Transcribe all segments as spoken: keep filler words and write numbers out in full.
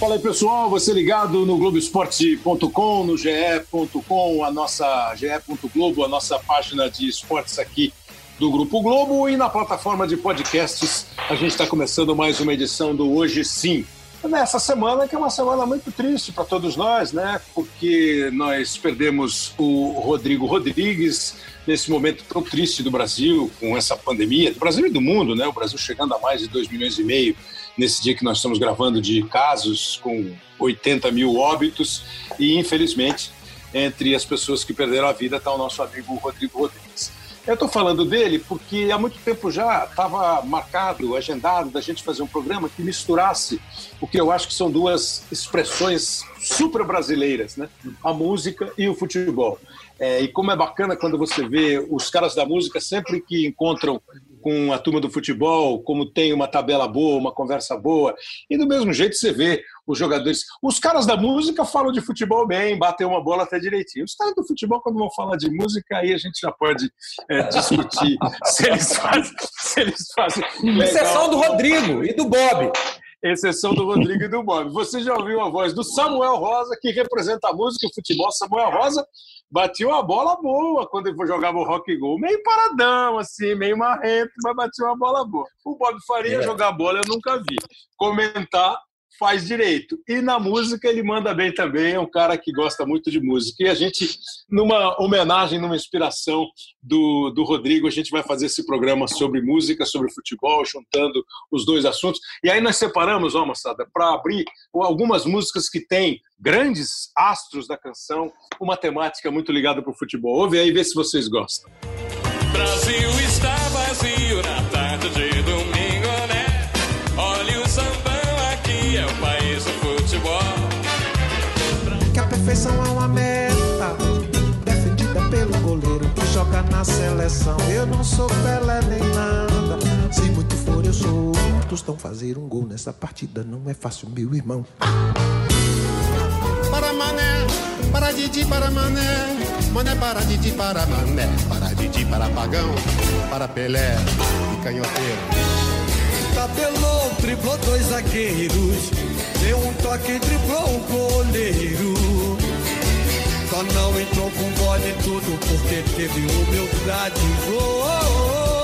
Fala aí, pessoal, você ligado no globo esporte ponto com, no G E ponto com, a nossa G E ponto globo, a nossa página de esportes aqui do Grupo Globo, e na plataforma de podcasts a gente está começando mais uma edição do Hoje Sim. Nessa semana, que é uma semana muito triste para todos nós, né? Porque nós perdemos o Rodrigo Rodrigues nesse momento tão triste do Brasil, com essa pandemia, do Brasil e do mundo, né? O Brasil chegando a mais de dois milhões e meio nesse dia que nós estamos gravando, de casos com oitenta mil óbitos, e infelizmente entre as pessoas que perderam a vida está o nosso amigo Rodrigo Rodrigues. Eu estou falando dele porque há muito tempo já estava marcado, agendado, da gente fazer um programa que misturasse o que eu acho que são duas expressões super brasileiras, né? A música e o futebol. É, e como é bacana quando você vê os caras da música sempre que encontram com a turma do futebol, como tem uma tabela boa, uma conversa boa, e do mesmo jeito você vê os jogadores. Os caras da música falam de futebol bem, batem uma bola até direitinho. Os caras do futebol, quando vão falar de música, aí a gente já pode é, discutir se eles fazem. Se eles fazem legal. Exceção do Rodrigo e do Bob. Exceção do Rodrigo e do Bob. Você já ouviu a voz do Samuel Rosa, que representa a música e o futebol. Samuel Rosa batia uma bola boa quando ele jogava o rock go. Meio paradão, assim, meio marrento, mas batia uma bola boa. O Bob Faria é. jogar bola eu nunca vi. Comentar faz direito. E na música ele manda bem também, é um cara que gosta muito de música. E a gente, numa homenagem, numa inspiração do, do Rodrigo, a gente vai fazer esse programa sobre música, sobre futebol, juntando os dois assuntos. E aí nós separamos, ó, moçada, para abrir algumas músicas que têm grandes astros da canção, uma temática muito ligada para o futebol. Ouve aí, vê se vocês gostam. Brasil está vazio na tarde de domingo, né? Olha o sambão, aqui é o país do futebol. Que a perfeição é uma meta defendida pelo goleiro que joga na seleção. Eu não sou Pelé nem nada, se muito for eu sou um tostão. Fazer um gol nessa partida não é fácil, meu irmão. Para mané, para Didi, para mané, mané para Didi, para mané, para Didi, para pagão, para Pelé e canhoteiro. Tabelou, driblou dois zagueiros, deu um toque, driblou um goleiro. Só não entrou com bola e tudo porque teve humildade. Oh, oh, oh.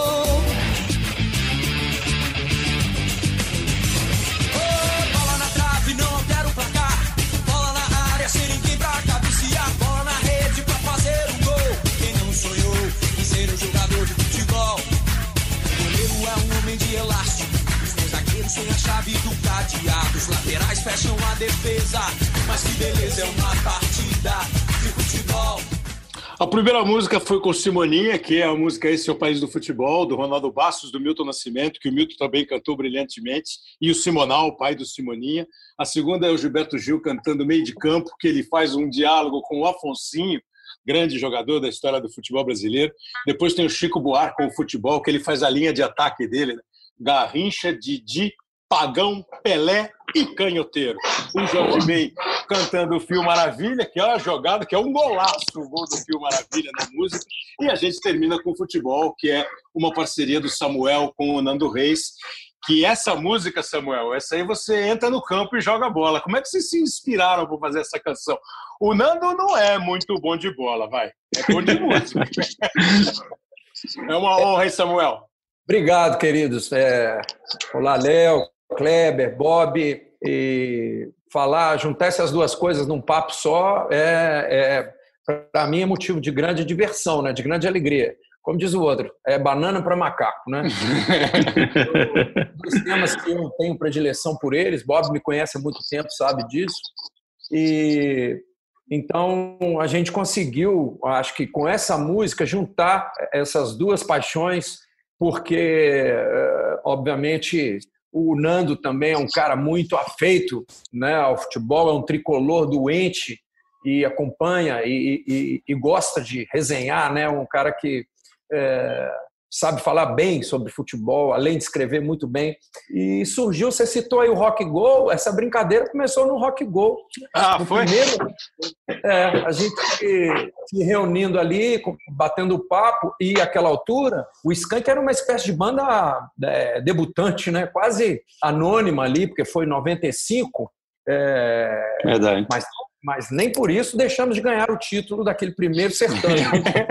De elástico, os meus zagueiros têm a chave do cadeado, os laterais fecham a defesa, mas que beleza, é uma partida de futebol. A primeira música foi com Simoninha, que é a música Esse é o País do Futebol, do Ronaldo Bastos, do Milton Nascimento, que o Milton também cantou brilhantemente, e o Simonal, o pai do Simoninha. A segunda é o Gilberto Gil cantando Meio de Campo, que ele faz um diálogo com o Afonsinho, grande jogador da história do futebol brasileiro. Depois tem o Chico Buarque com o futebol, que ele faz a linha de ataque dele, né? Garrincha, Didi, Pagão, Pelé e Canhoteiro. O Jorge Ben cantando o Fio Maravilha, que é uma jogada, que é um golaço, o gol do Fio Maravilha na música. E a gente termina com o futebol, que é uma parceria do Samuel com o Nando Reis. Que essa música, Samuel, essa aí você entra no campo e joga bola. Como é que vocês se inspiraram para fazer essa canção? O Nando não é muito bom de bola, vai. É bom de música. É uma honra, hein, Samuel? Obrigado, queridos. É, olá, Léo, Kleber, Bob. E falar, juntar essas duas coisas num papo só, é, é, para mim é motivo de grande diversão, né? De grande alegria. Como diz o outro, é banana para macaco, né? Dois temas que eu tenho predileção por eles. Bob me conhece há muito tempo, sabe disso. E então a gente conseguiu, acho que com essa música, juntar essas duas paixões, porque, obviamente, o Nando também é um cara muito afeito, né, ao futebol, é um tricolor doente e acompanha e, e, e gosta de resenhar, né? Um cara que é, sabe falar bem sobre futebol, além de escrever muito bem. E surgiu, você citou aí o Rock Go, essa brincadeira começou no Rock Go. Ah, no foi? Primeiro, é, a gente se reunindo ali, batendo papo, e àquela altura, o Skank era uma espécie de banda é, debutante, né? Quase anônima ali, porque foi em noventa e cinco. É, Verdade. Mas, mas nem por isso deixamos de ganhar o título daquele primeiro certame.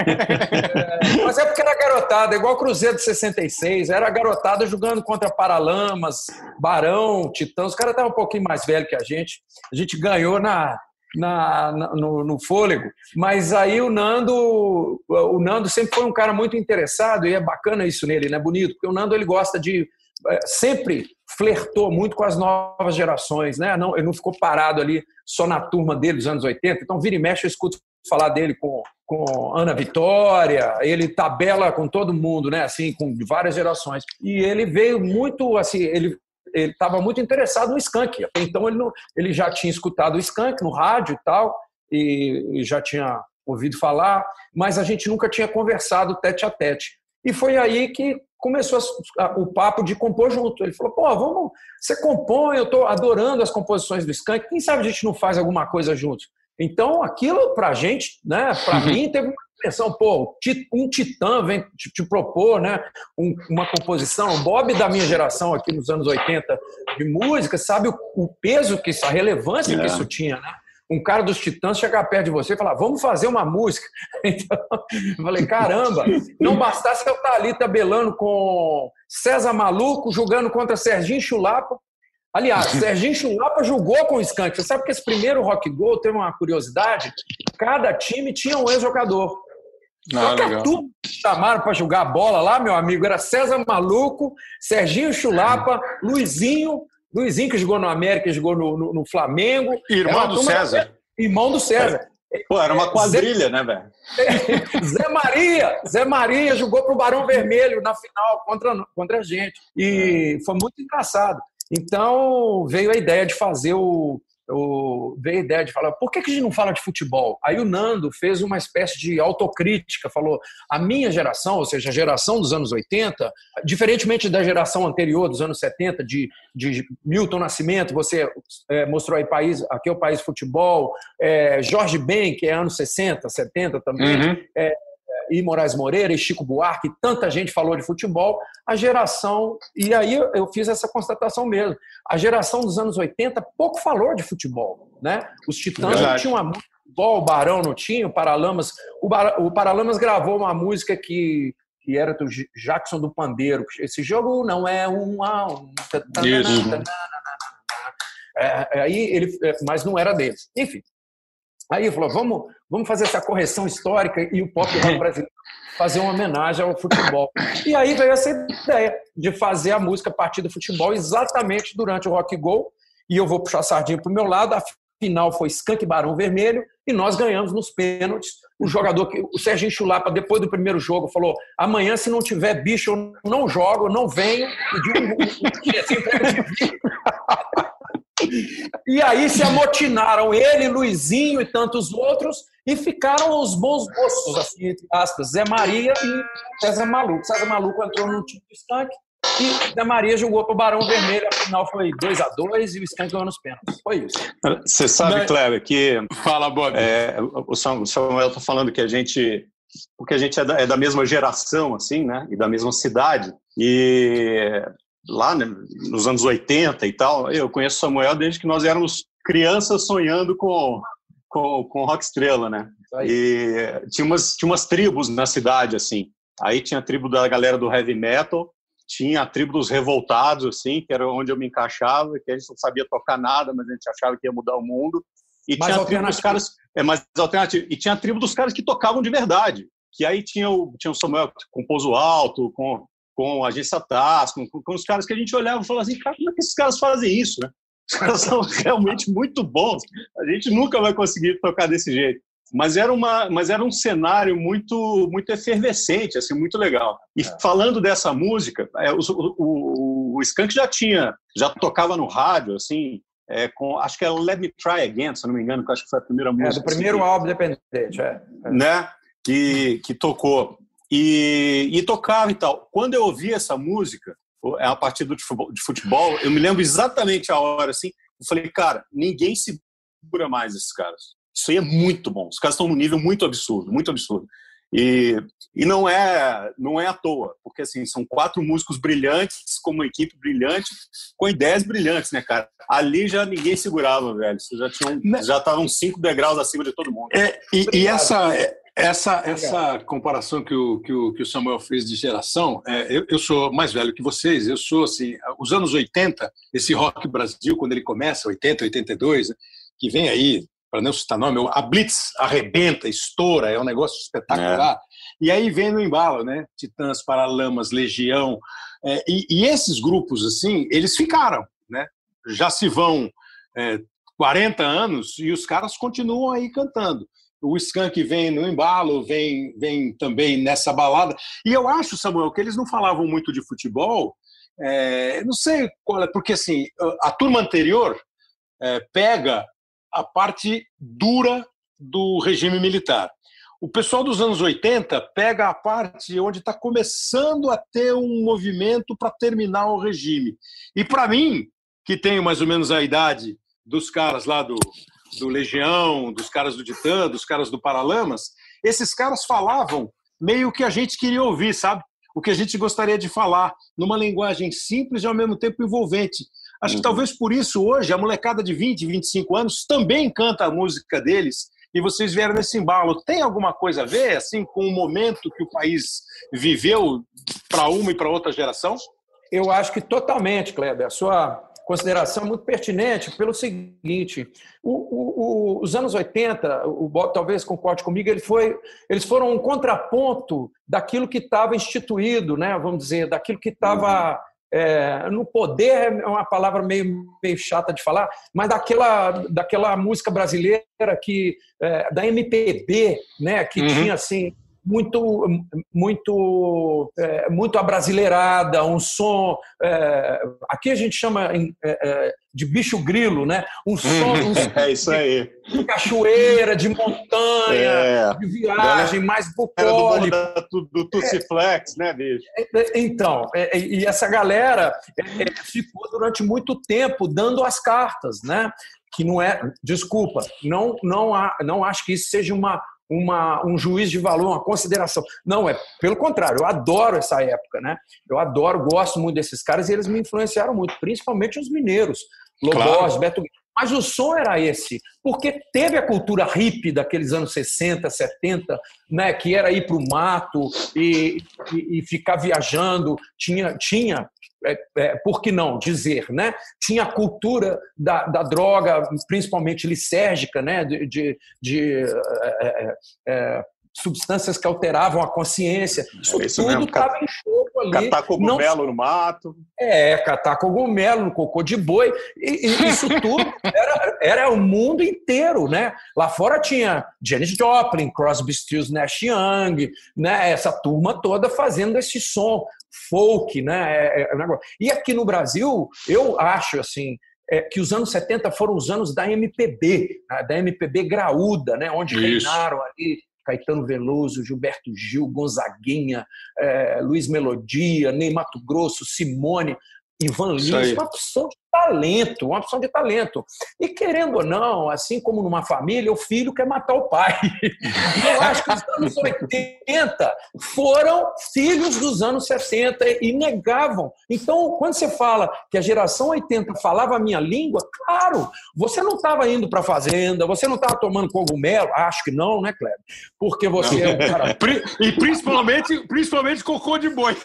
é, mas é porque era garotada, igual o Cruzeiro de sessenta e seis, era garotada jogando contra Paralamas, Barão, Titãs. Os caras estavam um pouquinho mais velhos que a gente. A gente ganhou na, na, na, no, no fôlego. Mas aí o Nando, o Nando sempre foi um cara muito interessado, e é bacana isso nele, né? Bonito, porque o Nando ele gosta de... sempre flertou muito com as novas gerações, né? Não, ele não ficou parado ali só na turma dele dos anos oitenta. Então, vira e mexe, eu escuto falar dele com, com Ana Vitória, ele tabela com todo mundo, né? Assim, com várias gerações. E ele veio muito, assim, ele ele estava muito interessado no Skank. Então, ele, não, ele já tinha escutado o Skank no rádio e tal, e, e já tinha ouvido falar, mas a gente nunca tinha conversado tete a tete. E foi aí que começou a, a, o papo de compor junto. Ele falou, pô, vamos, você compõe, eu estou adorando as composições do Skank, quem sabe a gente não faz alguma coisa juntos? Então, aquilo pra gente, né, pra mim, teve uma impressão, pô, um titã vem te, te propor, né, um, uma composição. O Bob da minha geração aqui nos anos oitenta de música, sabe o, o peso, que isso, a relevância é. que isso tinha, né? Um cara dos Titãs chegar perto de você e falar, vamos fazer uma música. Então, eu falei, caramba, não bastasse eu estar ali tabelando com César Maluco, jogando contra Serginho Chulapa. Aliás, Serginho Chulapa jogou com o Skank. Você sabe que esse primeiro Rock Go, teve uma curiosidade, cada time tinha um ex-jogador. Só que a turma que chamaram para jogar bola lá, meu amigo, era César Maluco, Serginho Chulapa, Luizinho, Luizinho que jogou no América, jogou no, no, no Flamengo. Irmão do César. Da... Irmão do César. Pô, era uma quadrilha, Zé... né, velho? Zé Maria. Zé Maria jogou pro Barão Vermelho na final contra, contra a gente. E foi muito engraçado. Então, veio a ideia de fazer o... o veio a ideia de falar, por que, que a gente não fala de futebol? Aí o Nando fez uma espécie de autocrítica, falou, a minha geração, ou seja, a geração dos anos oitenta, diferentemente da geração anterior, dos anos setenta, de, de Milton Nascimento, você é, mostrou aí, país, aqui é o País Futebol, é, Jorge Ben, que é anos sessenta, setenta também, uhum. é, e Moraes Moreira, e Chico Buarque, tanta gente falou de futebol, a geração, e aí eu fiz essa constatação mesmo, a geração dos anos oitenta pouco falou de futebol, né? Os Titãs não tinham uma música de futebol, o Barão não tinha, o Paralamas, o, Bar, o Paralamas gravou uma música que, que era do Jackson do Pandeiro, esse jogo não é um a um, é, aí ele, mas não era deles, enfim. Aí ele falou, vamos, vamos fazer essa correção histórica e o pop rock brasileiro fazer uma homenagem ao futebol. E aí veio essa ideia de fazer a música a partir do futebol exatamente durante o Rock Go. E eu vou puxar a sardinha para o meu lado. A final foi Skank Barão Vermelho e nós ganhamos nos pênaltis. O jogador, o Serginho Chulapa, depois do primeiro jogo, falou, amanhã se não tiver bicho eu não jogo, eu não venho. Pediu um, um, um, E aí se amotinaram ele, Luizinho e tantos outros e ficaram os bons moços, assim, entre aspas, Zé Maria e César Maluco. César Maluco entrou no time do Skank e Zé Maria jogou para o Barão Vermelho. A final foi dois a dois e o Skank ganhou nos pênaltis. Foi isso. Você sabe, Kleber, que... Fala, Bob. É, o Samuel está falando que a gente... Porque a gente é da, é da mesma geração, assim, né? E da mesma cidade. E... lá, né, nos anos oitenta e tal, eu conheço o Samuel desde que nós éramos crianças sonhando com, com, com rock estrela, né? E tinha umas, tinha umas tribos na cidade, assim. Aí tinha a tribo da galera do heavy metal, tinha a tribo dos revoltados, assim, que era onde eu me encaixava, que a gente não sabia tocar nada, mas a gente achava que ia mudar o mundo. E mais tinha a tribo dos caras... É mais alternativo. E tinha a tribo dos caras que tocavam de verdade. Que aí tinha o, tinha o Samuel com Pouso Alto, com... com a Agência Taz, com, com os caras que a gente olhava e falava assim, cara, como é que esses caras fazem isso, né? Os caras são realmente muito bons, a gente nunca vai conseguir tocar desse jeito. Mas era, uma, mas era um cenário muito, muito efervescente, assim, muito legal. E é. falando dessa música, é, o, o, o Skank já tinha, já tocava no rádio, assim, é, com, acho que era Let Me Try Again, se eu não me engano, que acho que foi a primeira música. É, do primeiro assim, álbum independente, é. é. Né? Que, que tocou. E, e tocava e tal. Quando eu ouvi essa música, a partir do de futebol, eu me lembro exatamente a hora, assim, eu falei, cara, ninguém segura mais esses caras. Isso aí é muito bom. Os caras estão num nível muito absurdo, muito absurdo. E, e não, é, não é à toa, porque assim, são quatro músicos brilhantes, com uma equipe brilhante, com ideias brilhantes, né, cara? Ali já ninguém segurava, velho. Vocês já tinham, já estavam cinco degraus acima de todo mundo. É, e, e essa, essa, essa comparação que o, que, o, que o Samuel fez de geração, é, eu, eu sou mais velho que vocês, eu sou, assim, os anos oitenta, esse Rock Brasil, quando ele começa, oitenta, oitenta e dois, que vem aí, para não citar nome, a Blitz arrebenta, estoura, é um negócio espetacular. É. E aí vem no embalo, né? Titãs, Paralamas, Legião. É, e, e esses grupos, assim, eles ficaram, né? Já se vão é, quarenta anos e os caras continuam aí cantando. O Skank vem no embalo, vem, vem também nessa balada. E eu acho, Samuel, que eles não falavam muito de futebol, é, não sei qual é, porque assim, a turma anterior é, pega a parte dura do regime militar. O pessoal dos anos oitenta pega a parte onde está começando a ter um movimento para terminar o regime. E para mim, que tenho mais ou menos a idade dos caras lá do, do Legião, dos caras do Titã, dos caras do Paralamas, esses caras falavam meio que a gente queria ouvir, sabe? O que a gente gostaria de falar, numa linguagem simples e ao mesmo tempo envolvente. Acho que talvez por isso hoje a molecada de vinte, vinte e cinco anos também canta a música deles e vocês vieram nesse embalo. Tem alguma coisa a ver assim, com o momento que o país viveu para uma e para outra geração? Eu acho que totalmente, Kleber. A sua consideração é muito pertinente pelo seguinte, o, o, o, os anos oitenta, o Bob talvez concorde comigo, ele foi, eles foram um contraponto daquilo que estava instituído, né, vamos dizer, daquilo que estava... É, no poder é uma palavra meio, meio chata de falar, mas daquela, daquela música brasileira que, é, da M P B, né, que uhum. tinha assim, muito, muito, é, muito abrasileirada, um som, é, aqui a gente chama é, de bicho grilo, né? Um som, um som é isso aí. De cachoeira, de montanha, é. de viagem, mais bucólico. É do, do, do Tussiflex, né, bicho? Então, é, e essa galera é, ficou durante muito tempo dando as cartas, né? Que não é, desculpa, não, não, há, não acho que isso seja uma Uma, um juízo de valor, uma consideração. Não, é pelo contrário, eu adoro essa época, né? Eu adoro, gosto muito desses caras e eles me influenciaram muito, principalmente os mineiros, Lobos, claro. Beto. Mas o som era esse, porque teve a cultura hippie daqueles anos sessenta, setenta, né? Que era ir para o mato e, e, e ficar viajando, tinha... tinha É, é, por que não dizer, né? Tinha a cultura da, da droga, principalmente lisérgica, né? de, de, de é, é, substâncias que alteravam a consciência. Isso, isso tudo estava em jogo ali. Catar cogumelo não... no mato. É, catar cogumelo no cocô de boi. E, e isso tudo era, era o mundo inteiro, né? Lá fora tinha Janis Joplin, Crosby, Stills, Nash Young, né? Essa turma toda fazendo esse som folk, né? É, é, é, e aqui no Brasil, eu acho assim, é, que os anos setenta foram os anos da M P B, né? Da M P B graúda, né? Onde Isso. reinaram ali Caetano Veloso, Gilberto Gil, Gonzaguinha, é, Luiz Melodia, Ney Mato Grosso, Simone, Ivan Lins, uma opção de talento, uma opção de talento. E querendo ou não, assim como numa família, o filho quer matar o pai. Eu acho que os anos oitenta foram filhos dos anos sessenta e negavam. Então, quando você fala que a geração oitenta falava a minha língua, claro, você não estava indo para a fazenda, você não estava tomando cogumelo, acho que não, né, Kleber? Porque você não. é um cara... E principalmente, principalmente cocô de boi.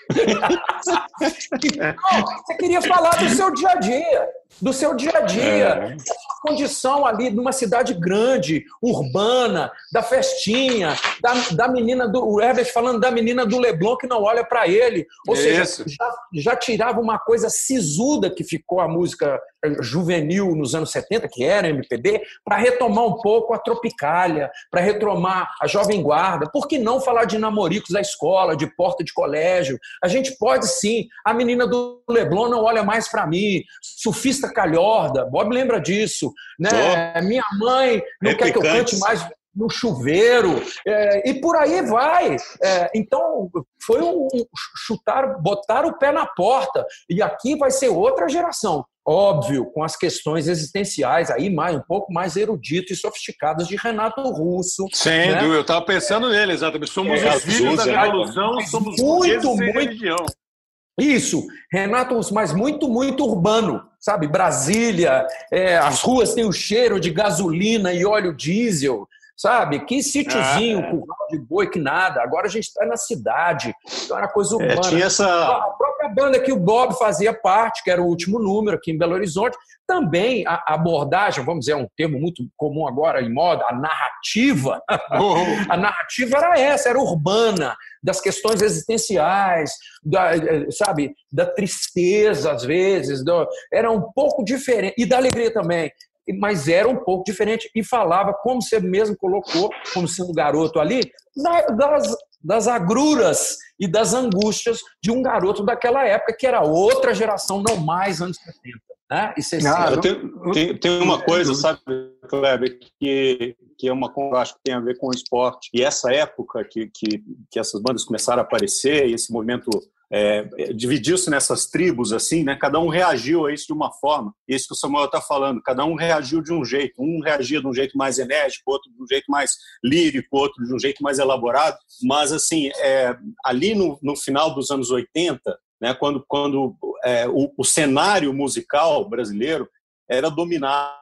Então, você queria falar do seu dia a dia, do seu dia a dia, é. da sua condição ali numa cidade grande, urbana, da festinha, da, da menina do... O Herbert falando da menina do Leblon que não olha para ele. Ou seja, já, já tirava uma coisa sisuda que ficou a música juvenil nos anos setenta, que era M P B, para retomar um pouco a Tropicália, para retomar a Jovem Guarda. Por que não falar de namoricos da escola, de porta de colégio? A gente pode sim. A menina do Leblon não olha mais para mim. Surfista Calhorda, Bob lembra disso, né? Oh. Minha mãe não quer que eu cante mais no chuveiro, é, e por aí vai. É, então, foi um chutar, botar o pé na porta, e aqui vai ser outra geração. óbvio, com as questões existenciais, aí mais, um pouco mais eruditas e sofisticadas de Renato Russo. Sem né? dúvida, eu estava pensando nele, exatamente. Somos É, os filhos da né? Revolução, somos muito, sem muito. religião. Isso, Renato Russo, mas muito, muito urbano, sabe? Brasília, é, as ruas têm o cheiro de gasolina e óleo diesel, sabe? Que sítiozinho, Ah, é. curral de boi, que nada. Agora a gente está na cidade, então era coisa urbana. É, tinha essa... A própria banda que o Bob fazia parte, que era o último número aqui em Belo Horizonte, também a abordagem, vamos dizer, é um termo muito comum agora em moda, a narrativa. Oh. A narrativa era essa, era urbana, das questões existenciais, da, sabe, da tristeza às vezes, do, era um pouco diferente, e da alegria também, mas era um pouco diferente e falava, como você mesmo colocou, como sendo garoto ali, das, das agruras e das angústias de um garoto daquela época, que era outra geração, não mais anos setenta. Né? E ah, tem, tem, tem uma coisa, sabe, Kleber, que, que é uma coisa que eu acho que tem a ver com o esporte. E essa época que, que, que essas bandas começaram a aparecer, e esse movimento é, dividiu-se nessas tribos, assim, né? Cada um reagiu a isso de uma forma. Isso que o Samuel está falando, cada um reagiu de um jeito. Um reagia de um jeito mais enérgico, outro de um jeito mais lírico, outro de um jeito mais elaborado. Mas, assim, é, ali no, no final dos anos oitenta, né, quando, quando é, o, o cenário musical brasileiro era dominado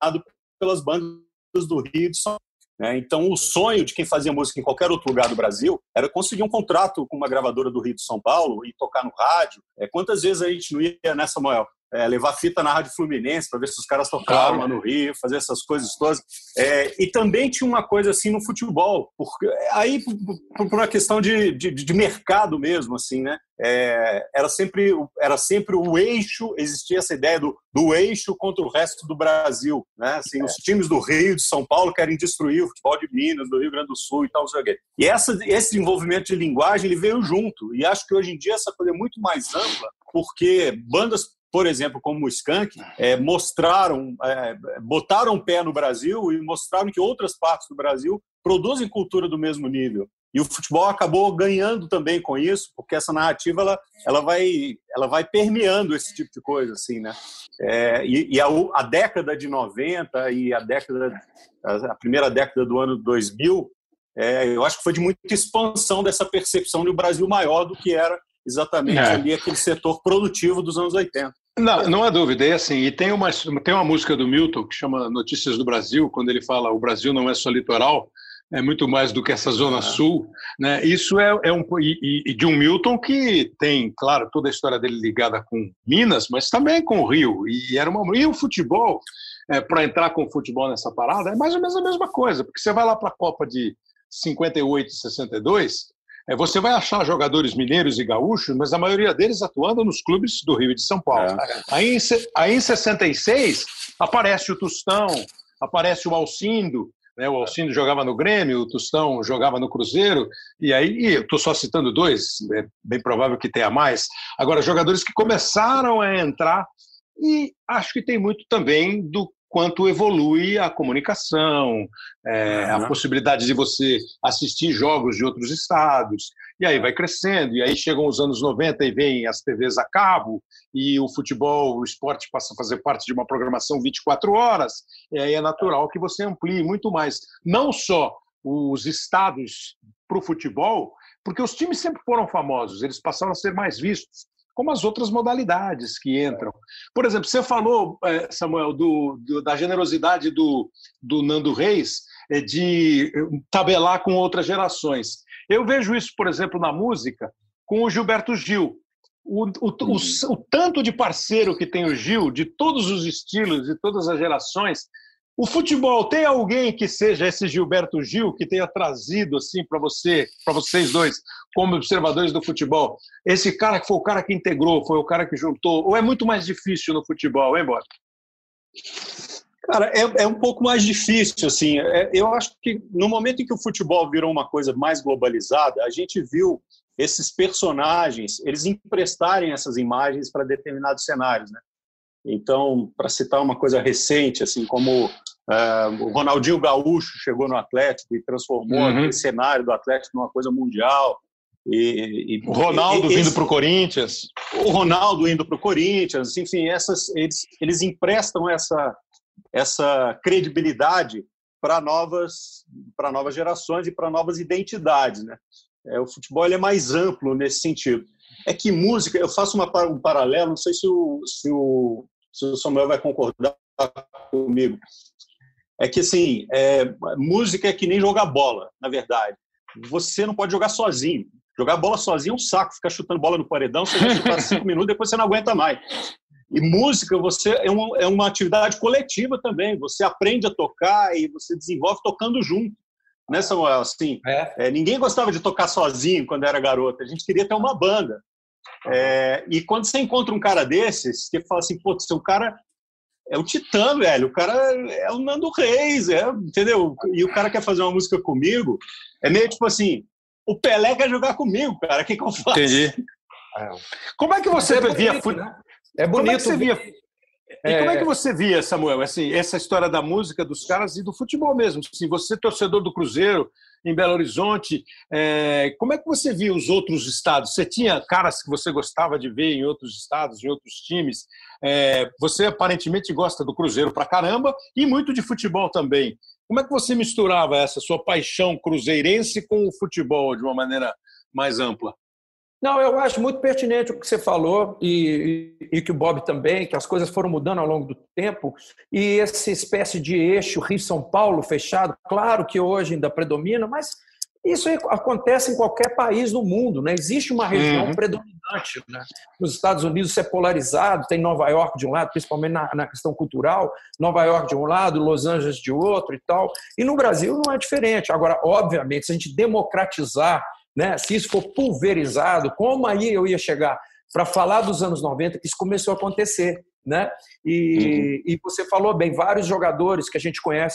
pelas bandas do Rio de São Paulo. Né? Então, o sonho de quem fazia música em qualquer outro lugar do Brasil era conseguir um contrato com uma gravadora do Rio de São Paulo e tocar no rádio. É, quantas vezes a gente não ia, né, Samuel? É, levar fita na Rádio Fluminense para ver se os caras tocavam lá no Rio, fazer essas coisas todas. É, e também tinha uma coisa assim no futebol, porque aí por, por uma questão de, de, de mercado mesmo, assim, né? É, era, sempre, era sempre o eixo, existia essa ideia do, do eixo contra o resto do Brasil, né? Assim, os times do Rio, de São Paulo, querem destruir o futebol de Minas, do Rio Grande do Sul e tal, não sei o quê. E essa, esse desenvolvimento de linguagem ele veio junto, e acho que hoje em dia essa coisa é muito mais ampla, porque bandas, por exemplo, como o Skank, é, mostraram, é, botaram o pé no Brasil e mostraram que outras partes do Brasil produzem cultura do mesmo nível. E o futebol acabou ganhando também com isso, porque essa narrativa ela, ela, vai, ela vai permeando esse tipo de coisa, assim, né? É, e e a, a década de noventa e a década, a primeira década do ano dois mil, é, eu acho que foi de muita expansão dessa percepção de um Brasil maior do que era exatamente é. ali aquele setor produtivo dos anos oitenta. Não, não há dúvida, é assim, e tem uma, tem uma música do Milton que chama Notícias do Brasil, quando ele fala o Brasil não é só litoral, é muito mais do que essa zona ah. sul, né? Isso é, é um e, e de um Milton que tem, claro, toda a história dele ligada com Minas, mas também com o Rio, e era uma e o futebol, é, para entrar com o futebol nessa parada, é mais ou menos a mesma coisa, porque você vai lá para a Copa de cinquenta e oito e sessenta e dois, é, você vai achar jogadores mineiros e gaúchos, mas a maioria deles atuando nos clubes do Rio e de São Paulo. É. Aí, em, aí em sessenta e seis aparece o Tostão, aparece o Alcindo, né? O Alcindo jogava no Grêmio, o Tostão jogava no Cruzeiro, e aí, e eu estou só citando dois, é bem provável que tenha mais. Agora, jogadores que começaram a entrar, e acho que tem muito também do quanto evolui a comunicação, é, uhum. a possibilidade de você assistir jogos de outros estados, e aí vai crescendo, e aí chegam os anos noventa e vem as T Vs a cabo, e o futebol, o esporte passa a fazer parte de uma programação vinte e quatro horas, e aí é natural que você amplie muito mais, não só os estados para o futebol, porque os times sempre foram famosos, eles passaram a ser mais vistos, como as outras modalidades que entram. Por exemplo, você falou, Samuel, do, do, da generosidade do, do Nando Reis de tabelar com outras gerações. Eu vejo isso, por exemplo, na música, com o Gilberto Gil. O, o, o, o, o tanto de parceiro que tem o Gil, de todos os estilos, de todas as gerações. O futebol, tem alguém que seja esse Gilberto Gil, que tenha trazido assim para você, para vocês dois, como observadores do futebol? Esse cara que foi o cara que integrou, foi o cara que juntou, ou é muito mais difícil no futebol, hein, Bob? Cara, é, é um pouco mais difícil, assim. É, eu acho que no momento em que o futebol virou uma coisa mais globalizada, a gente viu esses personagens, eles emprestarem essas imagens para determinados cenários, né? Então, para citar uma coisa recente, assim, como uh, o Ronaldinho Gaúcho chegou no Atlético e transformou uhum. aquele cenário do Atlético numa coisa mundial. E, e, o Ronaldo esse, vindo para o Corinthians. O Ronaldo indo para o Corinthians, enfim, essas, eles, eles emprestam essa, essa credibilidade para novas, para novas gerações e para novas identidades, né? É, o futebol ele é mais amplo nesse sentido. É que música, eu faço uma, um paralelo, não sei se o, se, o, se o Samuel vai concordar comigo, é que assim, é, música é que nem jogar bola, na verdade. Você não pode jogar sozinho. Jogar bola sozinho é um saco, ficar chutando bola no paredão, você vai chutar cinco minutos, depois você não aguenta mais. E música você é, um, é uma atividade coletiva também, você aprende a tocar e você desenvolve tocando junto. Né, Samuel? Assim, é. É, ninguém gostava de tocar sozinho quando era garota, a gente queria ter uma banda. É, e quando você encontra um cara desses, você fala assim, pô, seu cara é o Titã, velho, o cara é o Nando Reis, é, entendeu? E o cara quer fazer uma música comigo, é meio tipo assim, o Pelé quer jogar comigo, cara, o que, que eu faço? Entendi. Como é que você é via... Bonito, né? É bonito. Como é que você via... E como é que você via, Samuel, assim, essa história da música dos caras e do futebol mesmo? Assim, você, torcedor do Cruzeiro, em Belo Horizonte, é, como é que você via os outros estados? Você tinha caras que você gostava de ver em outros estados, em outros times? É, você aparentemente gosta do Cruzeiro pra caramba e muito de futebol também. Como é que você misturava essa sua paixão cruzeirense com o futebol de uma maneira mais ampla? Não, eu acho muito pertinente o que você falou e, e, e que o Bob também, que as coisas foram mudando ao longo do tempo e essa espécie de eixo Rio-São Paulo fechado, claro que hoje ainda predomina, mas isso acontece em qualquer país do mundo, né? Existe uma região uhum. predominante, né? Nos Estados Unidos isso é polarizado, tem Nova York de um lado, principalmente na, na questão cultural, Nova York de um lado, Los Angeles de outro e tal, e no Brasil não é diferente. Agora, obviamente, se a gente democratizar, né? Se isso for pulverizado, como aí eu ia chegar para falar dos anos noventa, que isso começou a acontecer, né? E, uhum. e você falou bem, vários jogadores que a gente conhece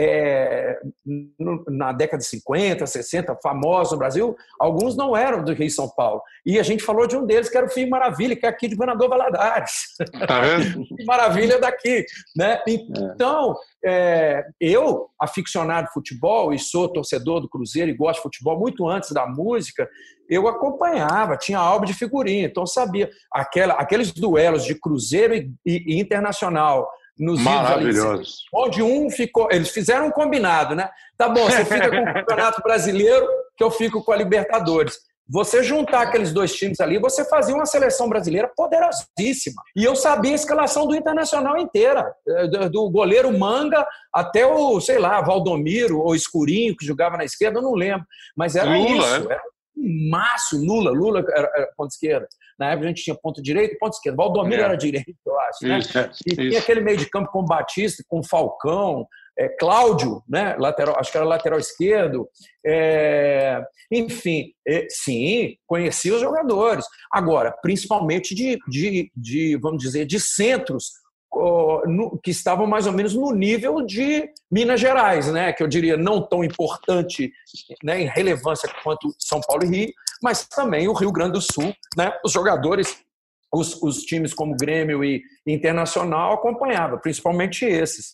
é, no, na década de cinquenta, sessenta, famosos no Brasil, alguns não eram do Rio e São Paulo. E a gente falou de um deles, que era o Filho Maravilha, que é aqui de Governador Valadares. Tá vendo? Maravilha daqui, né? Então, é, eu, aficionado de futebol e sou torcedor do Cruzeiro e gosto de futebol muito antes da música, eu acompanhava, tinha álbum de figurinha, então sabia. Aquela, aqueles duelos de Cruzeiro e, e, e Internacional, nos maravilhosos. Onde um ficou... Eles fizeram um combinado, né? Tá bom, você fica com o Campeonato Brasileiro, que eu fico com a Libertadores. Você juntar aqueles dois times ali, você fazia uma seleção brasileira poderosíssima. E eu sabia a escalação do Internacional inteira, do goleiro Manga até o, sei lá, Valdomiro ou Escurinho, que jogava na esquerda, eu não lembro. Mas era Lula, isso, era um maço. Lula, Lula era, era ponta esquerda. Na época a gente tinha ponto direito e ponto esquerdo. Valdomiro é. era direito, eu acho. Né? Isso, e isso. Tinha aquele meio de campo com Batista, com Falcão, é, Cláudio, né? lateral, acho que era lateral esquerdo. É, enfim, é, sim, conhecia os jogadores. Agora, principalmente de, de, de vamos dizer, de centros oh, no, que estavam mais ou menos no nível de Minas Gerais, né? Que eu diria não tão importante, né, em relevância quanto São Paulo e Rio, mas também o Rio Grande do Sul, né? Os jogadores, os, os times como Grêmio e Internacional acompanhavam, principalmente esses.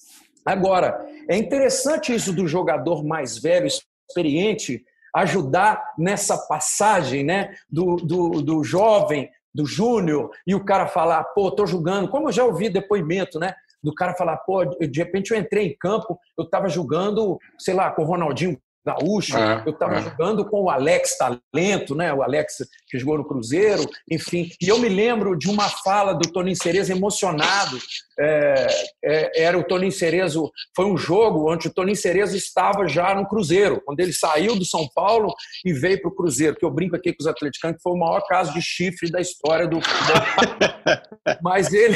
Agora, é interessante isso do jogador mais velho, experiente, ajudar nessa passagem, né? do, do, do jovem, do júnior, e o cara falar, pô, tô jogando, como eu já ouvi depoimento, né? Do cara falar, pô, de repente eu entrei em campo, eu estava jogando, sei lá, com o Ronaldinho Gaúcho, é, eu estava é. jogando com o Alex Talento, né? O Alex que jogou no Cruzeiro, enfim. E eu me lembro de uma fala do Toninho Cerezo emocionado. É, é, era o Toninho Cerezo, foi um jogo onde o Toninho Cerezo estava já no Cruzeiro, quando ele saiu do São Paulo e veio para o Cruzeiro, que eu brinco aqui com os atleticanos, que foi o maior caso de chifre da história do futebol. Mas ele...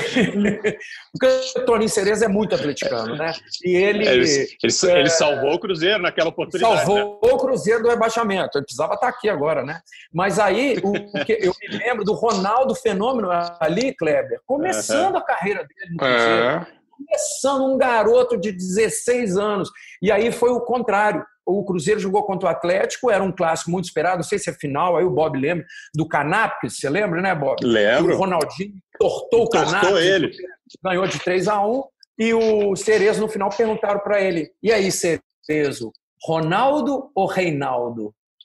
Porque o Toninho Cerezo é muito atleticano, né? E ele... Ele, ele, ele salvou o Cruzeiro naquela oportunidade. Salvou né? o Cruzeiro do rebaixamento. Ele precisava estar aqui agora, né? Mas aí, o que eu me lembro do Ronaldo Fenômeno ali, Kleber, começando uhum. a carreira dele no Cruzeiro. É. Começando um garoto de dezesseis anos. E aí foi o contrário. O Cruzeiro jogou contra o Atlético, era um clássico muito esperado, não sei se é final, aí o Bob lembra, do Canápolis, você lembra, né, Bob? Lembro. O Ronaldinho tortou o Canápolis, ele. ganhou de três a um, e o Cerezo no final perguntaram para ele, e aí, Cerezo, Ronaldo ou Reinaldo?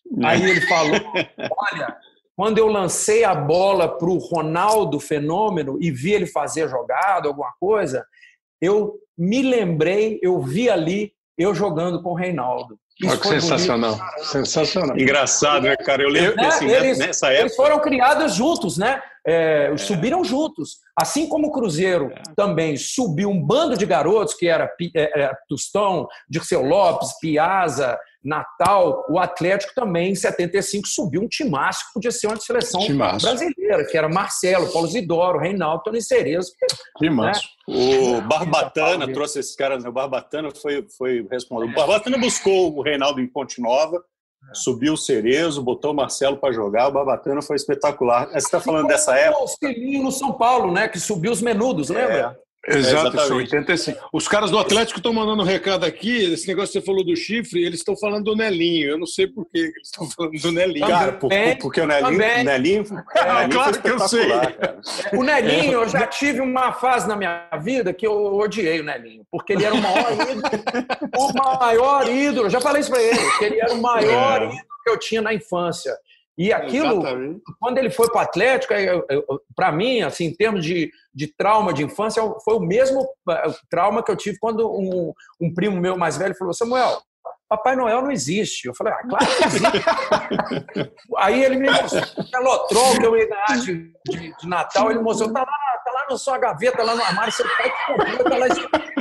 Aí ele falou, olha, quando eu lancei a bola para o Ronaldo Fenômeno e vi ele fazer a jogada, alguma coisa, eu me lembrei, eu vi ali, eu jogando com o Reinaldo. Olha que sensacional. Bonito, sensacional. Engraçado, né, cara? Eu lembro né? que assim, eles, nessa época... Eles foram criados juntos, né? É, é. Subiram juntos. Assim como o Cruzeiro é. também subiu um bando de garotos, que era é, Tostão, Dirceu Lopes, Piazza, Natal, o Atlético também, em setenta e cinco, subiu um timaço que podia ser uma seleção timaço. brasileira, que era Marcelo, Paulo Zidoro, Reinaldo, Tony Cerezo. Timaço. Né? O Barbatana trouxe esses caras, né? O Barbatana foi, foi responsável. O Barbatana buscou o Reinaldo em Ponte Nova, é. subiu o Cerezo, botou o Marcelo para jogar, o Barbatana foi espetacular. Você está falando dessa época? O Cilinho no São Paulo, né? Que subiu os menudos, lembra? É. Exato, é, oitenta e cinco. Os caras do Atlético estão mandando um recado aqui. Esse negócio que você falou do chifre, eles estão falando do Nelinho. Eu não sei por que eles estão falando do Nelinho. Cara, por, porque o Nelinho, Nelinho, é, Nelinho claro que eu sei. Cara. O Nelinho, eu já tive uma fase na minha vida que eu odiei o Nelinho, porque ele era o maior ídolo. O maior ídolo. Eu já falei isso para ele, que ele era o maior é. ídolo que eu tinha na infância. E aquilo, exatamente. Quando ele foi para o Atlético, para mim, assim, em termos de, de trauma de infância, foi o mesmo trauma que eu tive quando um, um primo meu mais velho falou: Samuel, Papai Noel não existe. Eu falei: ah, claro que existe. Aí ele me mostrou o Pelotrol que eu ia ganhar de, de, de Natal. Ele mostrou: tá lá, tá lá na sua gaveta, lá no armário, seu pai que comprou, tá lá.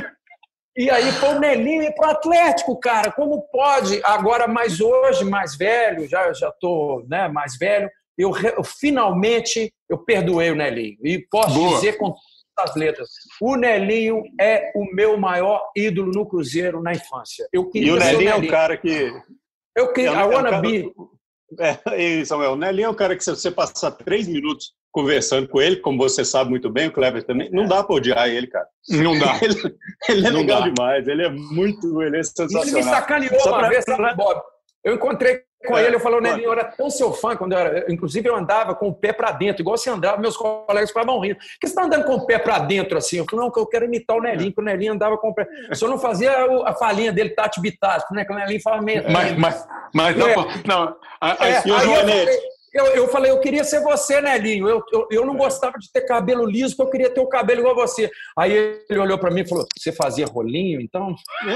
E aí foi o Nelinho ir para o Atlético, cara. Como pode? Agora, mais hoje, mais velho, já já estou, né, mais velho, eu, eu finalmente eu perdoei o Nelinho. E posso Boa. dizer com todas as letras, o Nelinho é o meu maior ídolo no Cruzeiro na infância. Eu e o Nelinho, o Nelinho é o cara que... Eu queria... I wanna be... É, Samuel, o Nelinho é o cara que se você passar três minutos conversando com ele, como você sabe muito bem, o Kleber também, não dá para odiar ele, cara. Não dá. Ele, ele é não legal dá. demais, ele é muito, ele é sensacional. Ele me sacaneou Só uma pra... vez, sabe, Bob? Eu encontrei com é, ele, eu falei: Nelinho, eu era tão seu fã, quando eu era, inclusive eu andava com o pé para dentro, igual você andava, meus colegas ficavam rindo. Por que você está andando com o pé para dentro assim? Eu falei: não, que eu quero imitar o Nelinho, que o Nelinho andava com o pé. Se eu não fazia a falinha dele, Tati Bitasco, né? Que o Nelinho fala meio. Mas, mas, mas é. não, não. A, a, é, aí eu falei, eu, eu falei, eu queria ser você, Nelinho. Eu, eu, eu não é. gostava de ter cabelo liso, porque eu queria ter o cabelo igual você. Aí ele olhou para mim e falou: você fazia rolinho, então?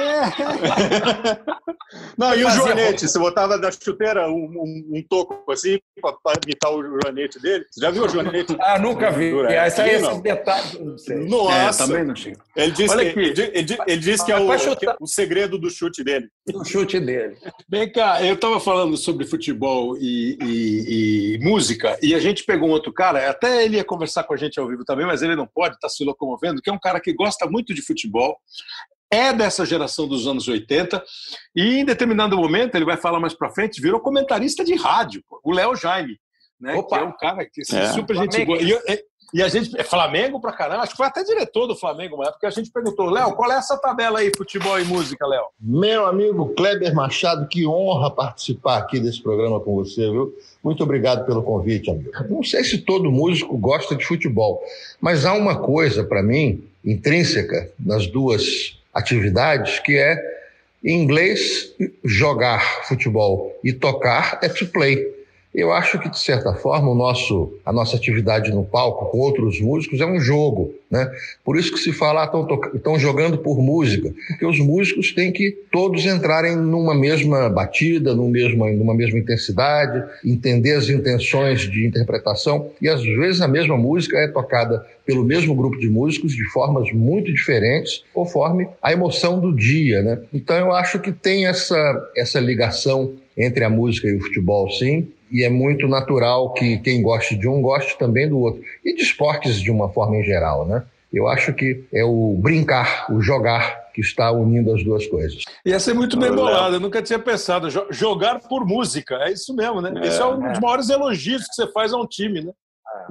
É. Não, e o Joanete? Você botava da chuteira um, um, um toco assim, para imitar o Joanete dele? Você já viu o Joanete? Ah, nunca vi. Esse aí, esses detalhes, não sei. Nossa! É, também não tinha. Ele disse que, ele, ele, ele disse que é o, que é o segredo do chute dele. O chute dele. Bem cá, eu estava falando sobre futebol e, e, e música, e a gente pegou um outro cara, até ele ia conversar com a gente ao vivo também, mas ele não pode, está se locomovendo, que é um cara que gosta muito de futebol, é dessa geração dos anos oitenta, e em determinado momento, ele vai falar mais para frente, virou comentarista de rádio, pô, o Léo Jaime, né? Opa. Que é um cara que é. super gente boa. E, e a gente, é Flamengo pra caramba, acho que foi até diretor do Flamengo, mas porque a gente perguntou: Léo, qual é essa tabela aí, futebol e música, Léo? Meu amigo Kleber Machado, que honra participar aqui desse programa com você, viu? Muito obrigado pelo convite, amigo. Não sei se todo músico gosta de futebol, mas há uma coisa, para mim, intrínseca nas duas atividades, que é, em inglês, jogar futebol e tocar é to play. Eu acho que, de certa forma, o nosso, a nossa atividade no palco com outros músicos é um jogo, né? Por isso que se fala, ah, estão jogando por música, porque os músicos têm que todos entrarem numa mesma batida, numa mesma, numa mesma intensidade, entender as intenções de interpretação, e às vezes a mesma música é tocada pelo mesmo grupo de músicos de formas muito diferentes, conforme a emoção do dia, né? Então eu acho que tem essa, essa ligação entre a música e o futebol, sim, e é muito natural que quem goste de um goste também do outro. E de esportes de uma forma em geral, né? Eu acho que é o brincar, o jogar, que está unindo as duas coisas. Ia ser muito bem bolado, eu nunca tinha pensado. Jogar por música, é isso mesmo, né? É, Esse é um dos maiores elogios que você faz a um time, né?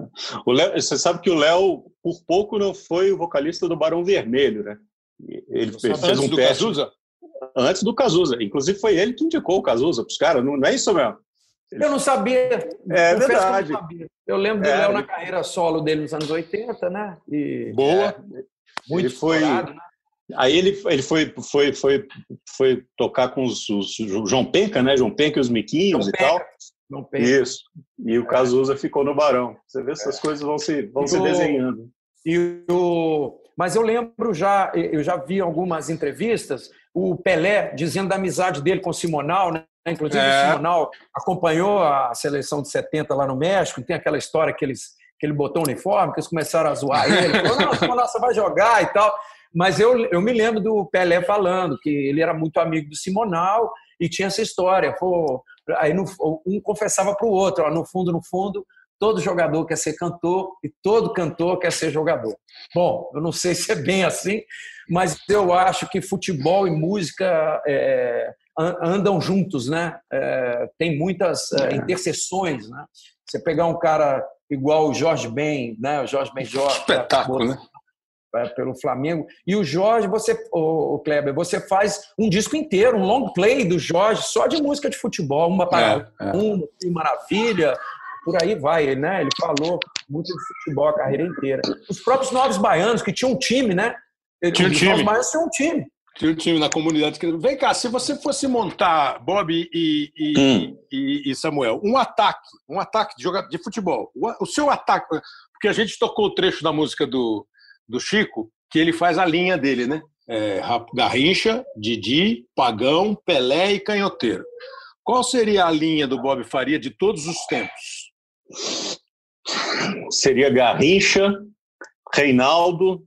O Léo, você sabe que o Léo, por pouco, não foi o vocalista do Barão Vermelho, né? Ele fez, fez um do teste. Cazuza? Antes do Cazuza. Inclusive, foi ele que indicou o Cazuza para os caras, não, não é isso mesmo? Eu não sabia. É verdade. Eu, não sabia. Eu lembro do é, Léo na carreira solo dele nos anos oitenta, né? E, boa. É, muito ele foi, né? Aí ele, ele foi, foi, foi, foi tocar com os, os João Penca, né? João Penca e os Miquinhos João e Penca. tal. João Penca. Isso. E o Cazuza é. ficou no Barão. Você vê, essas é. coisas vão se, vão se desenhando. E o... Mas eu lembro já, eu já vi algumas entrevistas, o Pelé dizendo da amizade dele com o Simonal, né? Inclusive é. o Simonal acompanhou a seleção de setenta lá no México, tem aquela história que, eles, que ele botou o uniforme, que eles começaram a zoar ele, falou, não, Simonal, você vai jogar e tal. Mas eu, eu me lembro do Pelé falando que ele era muito amigo do Simonal e tinha essa história. Pô, aí no, um confessava para o outro, ó, no fundo, no fundo, todo jogador quer ser cantor e todo cantor quer ser jogador. Bom, eu não sei se é bem assim, mas eu acho que futebol e música é, andam juntos, né? É, tem muitas é, interseções, né? Você pegar um cara igual o Jorge Ben, né? O Jorge Ben Jorge. Espetáculo, né? Pelo Flamengo. E o Jorge, você, o Kleber, você faz um disco inteiro, um long play do Jorge, só de música de futebol, uma para é, é. uma, maravilha. Por aí vai, né? Ele falou muito de futebol a carreira inteira. Os próprios Novos Baianos, que tinham um time, né? Tinha um Os time. Novos Baianos tinham um time. Tinha um time na comunidade. Vem cá, se você fosse montar, Bob e, e, hum. e, e Samuel, um ataque, um ataque de, jogador, de futebol, o, o seu ataque, porque a gente tocou o trecho da música do, do Chico, que ele faz a linha dele, né? É, Garrincha, Didi, Pagão, Pelé e Canhoteiro. Qual seria a linha do Bob Faria de todos os tempos? Seria Garrincha, Reinaldo,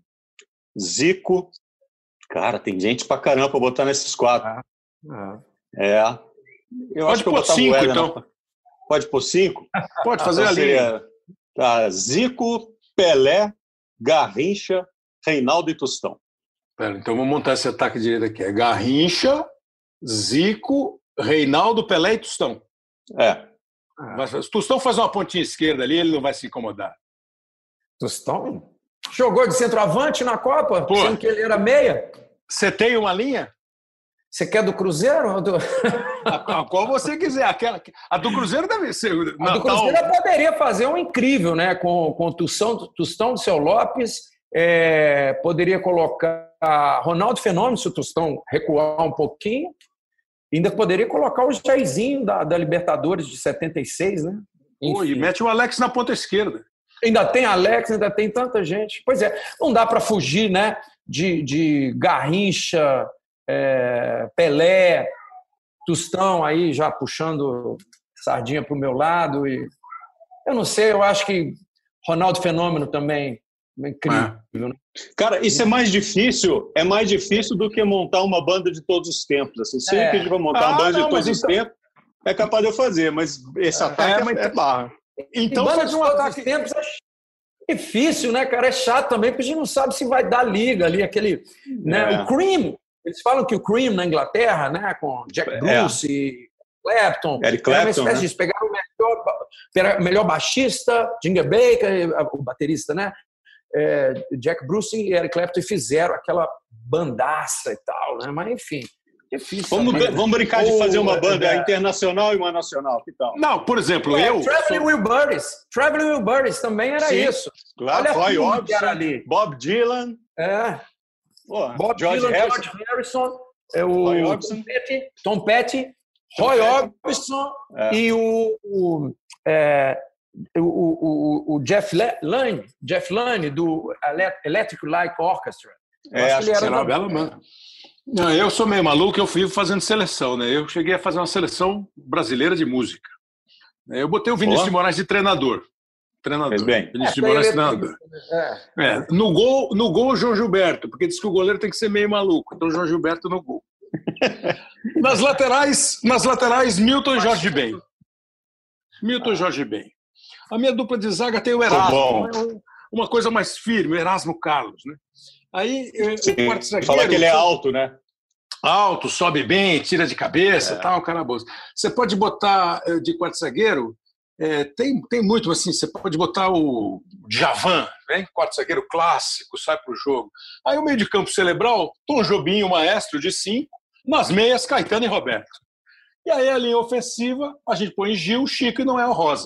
Zico. Cara, tem gente pra caramba pra botar nesses quatro. Ah, ah. É. Eu Pode acho que pôr cinco, então. Na... Pode pôr cinco? Pode fazer então a linha. Tá, Zico, Pelé, Garrincha, Reinaldo e Tostão. Pera, então vamos montar esse ataque direito aqui. É Garrincha, Zico, Reinaldo, Pelé e Tostão. É. Se Tostão faz uma pontinha esquerda ali, ele não vai se incomodar. Tostão? Jogou de centroavante na Copa, Pô, sendo que ele era meia? Você tem uma linha? Você quer do Cruzeiro? Ou do... a, a qual você quiser. Aquela, a do Cruzeiro deve ser. A do Cruzeiro tal... poderia fazer um incrível, né? Com, com o Tostão, Tostão do Seu Lopes, é, poderia colocar Ronaldo Fenômeno, se o Tostão recuar um pouquinho. Ainda poderia colocar o Jairzinho da, da Libertadores de setenta e seis, né? Pô, e mete o Alex na ponta esquerda. Ainda tem Alex, ainda tem tanta gente. Pois é, não dá para fugir, né? De, de Garrincha, é, Pelé, Tostão aí já puxando sardinha para o meu lado. E eu não sei, eu acho que Ronaldo Fenômeno também é incrível. É. Né? Cara, isso é mais difícil, é mais difícil do que montar uma banda de todos os tempos. Assim, se é. a gente vai montar ah, uma banda não, de todos os então... tempos, é capaz de eu fazer, mas esse ataque é, é, é barra. Então, fazer um ataque de tempos é difícil, né, cara? É chato também, porque a gente não sabe se vai dar liga ali, aquele... Né? É. O Cream, eles falam que o Cream na Inglaterra, né, com Jack Bruce é. e Clapton, Eric Clapton, uma espécie né? de pegaram o melhor, melhor baixista, Ginger Baker, o baterista, né? É, Jack Bruce e Eric Clapton fizeram aquela bandaça e tal, né? Mas enfim, difícil. Vamos, também, vamos brincar de fazer uma banda é, internacional e uma nacional, que tal? Não, por exemplo, é, eu... Traveling sou... Wilburys. Traveling Wilburys também era Sim, isso. Claro, Olha Roy Orbison, ali. Bob Dylan. É. Pô, Bob George Dylan, Harrison. George Harrison, é o Roy Orbison. Tom Petty, Tom Petty Tom Roy Petty. Orbison é. e o... o é, O, o, o Jeff Lynne, Jeff Lynne do Electric Light Orchestra. Eu é, acho que ele era uma bela mano. Não, eu sou meio maluco, eu fui fazendo seleção, né? Eu cheguei a fazer uma seleção brasileira de música. Eu botei o Vinícius de Moraes de treinador. Treinador. Fez bem. Vinícius é, de Moraes treinador. É. É, no gol, no gol, o João Gilberto, porque diz que o goleiro tem que ser meio maluco. Então, o João Gilberto no gol. nas laterais, nas laterais, Milton e Jorge Ben. Milton e Jorge Ben. A minha dupla de zaga tem o Erasmo, né? Uma coisa mais firme, o Erasmo Carlos, né? Aí, o quarto zagueiro... Fala que ele é alto, né? Alto, sobe bem, tira de cabeça, é. tal, cara boa. Você pode botar de quarto zagueiro, é, tem, tem muito assim, você pode botar o Djavan, né? Quarto zagueiro clássico, sai pro jogo. Aí o meio de campo cerebral, Tom Jobim, o maestro de cinco, nas meias, Caetano e Roberto. E aí a linha ofensiva, a gente põe Gil, Chico e Noel Rosa.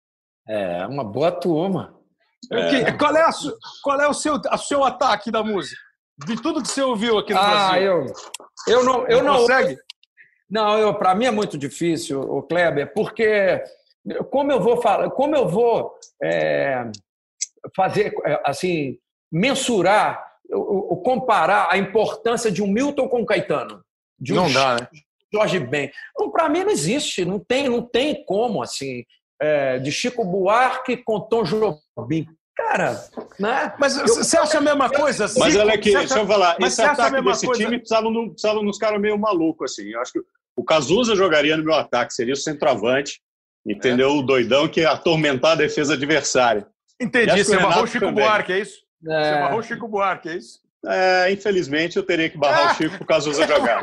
É, uma boa turma. É. Qual é, a, qual é o, seu, o seu ataque da música? De tudo que você ouviu aqui no ah, Brasil. eu, eu não, eu não não consegue? Não, eu para mim é muito difícil, o Kleber, porque como eu vou falar, como eu vou é, fazer assim mensurar, o comparar a importância de um Milton com o Caetano, de um não dá, né? Jorge Ben. Para mim não existe, não tem, não tem como assim, é, de Chico Buarque com Tom Jobim. Cara, né? Mas você acha a mesma coisa? Assim, mas olha aqui, deixa eu falar. Mas esse ataque desse coisa? time precisava num, precisava nos caras meio malucos, assim. Eu acho que o Cazuza jogaria no meu ataque, seria o centroavante, entendeu? É. O doidão que ia atormentar a defesa adversária. Entendi, você barrou o Chico também. Buarque, é isso? É. Você barrou o Chico Buarque, é isso? É, infelizmente eu teria que barrar o Chico pro Cazuza jogar.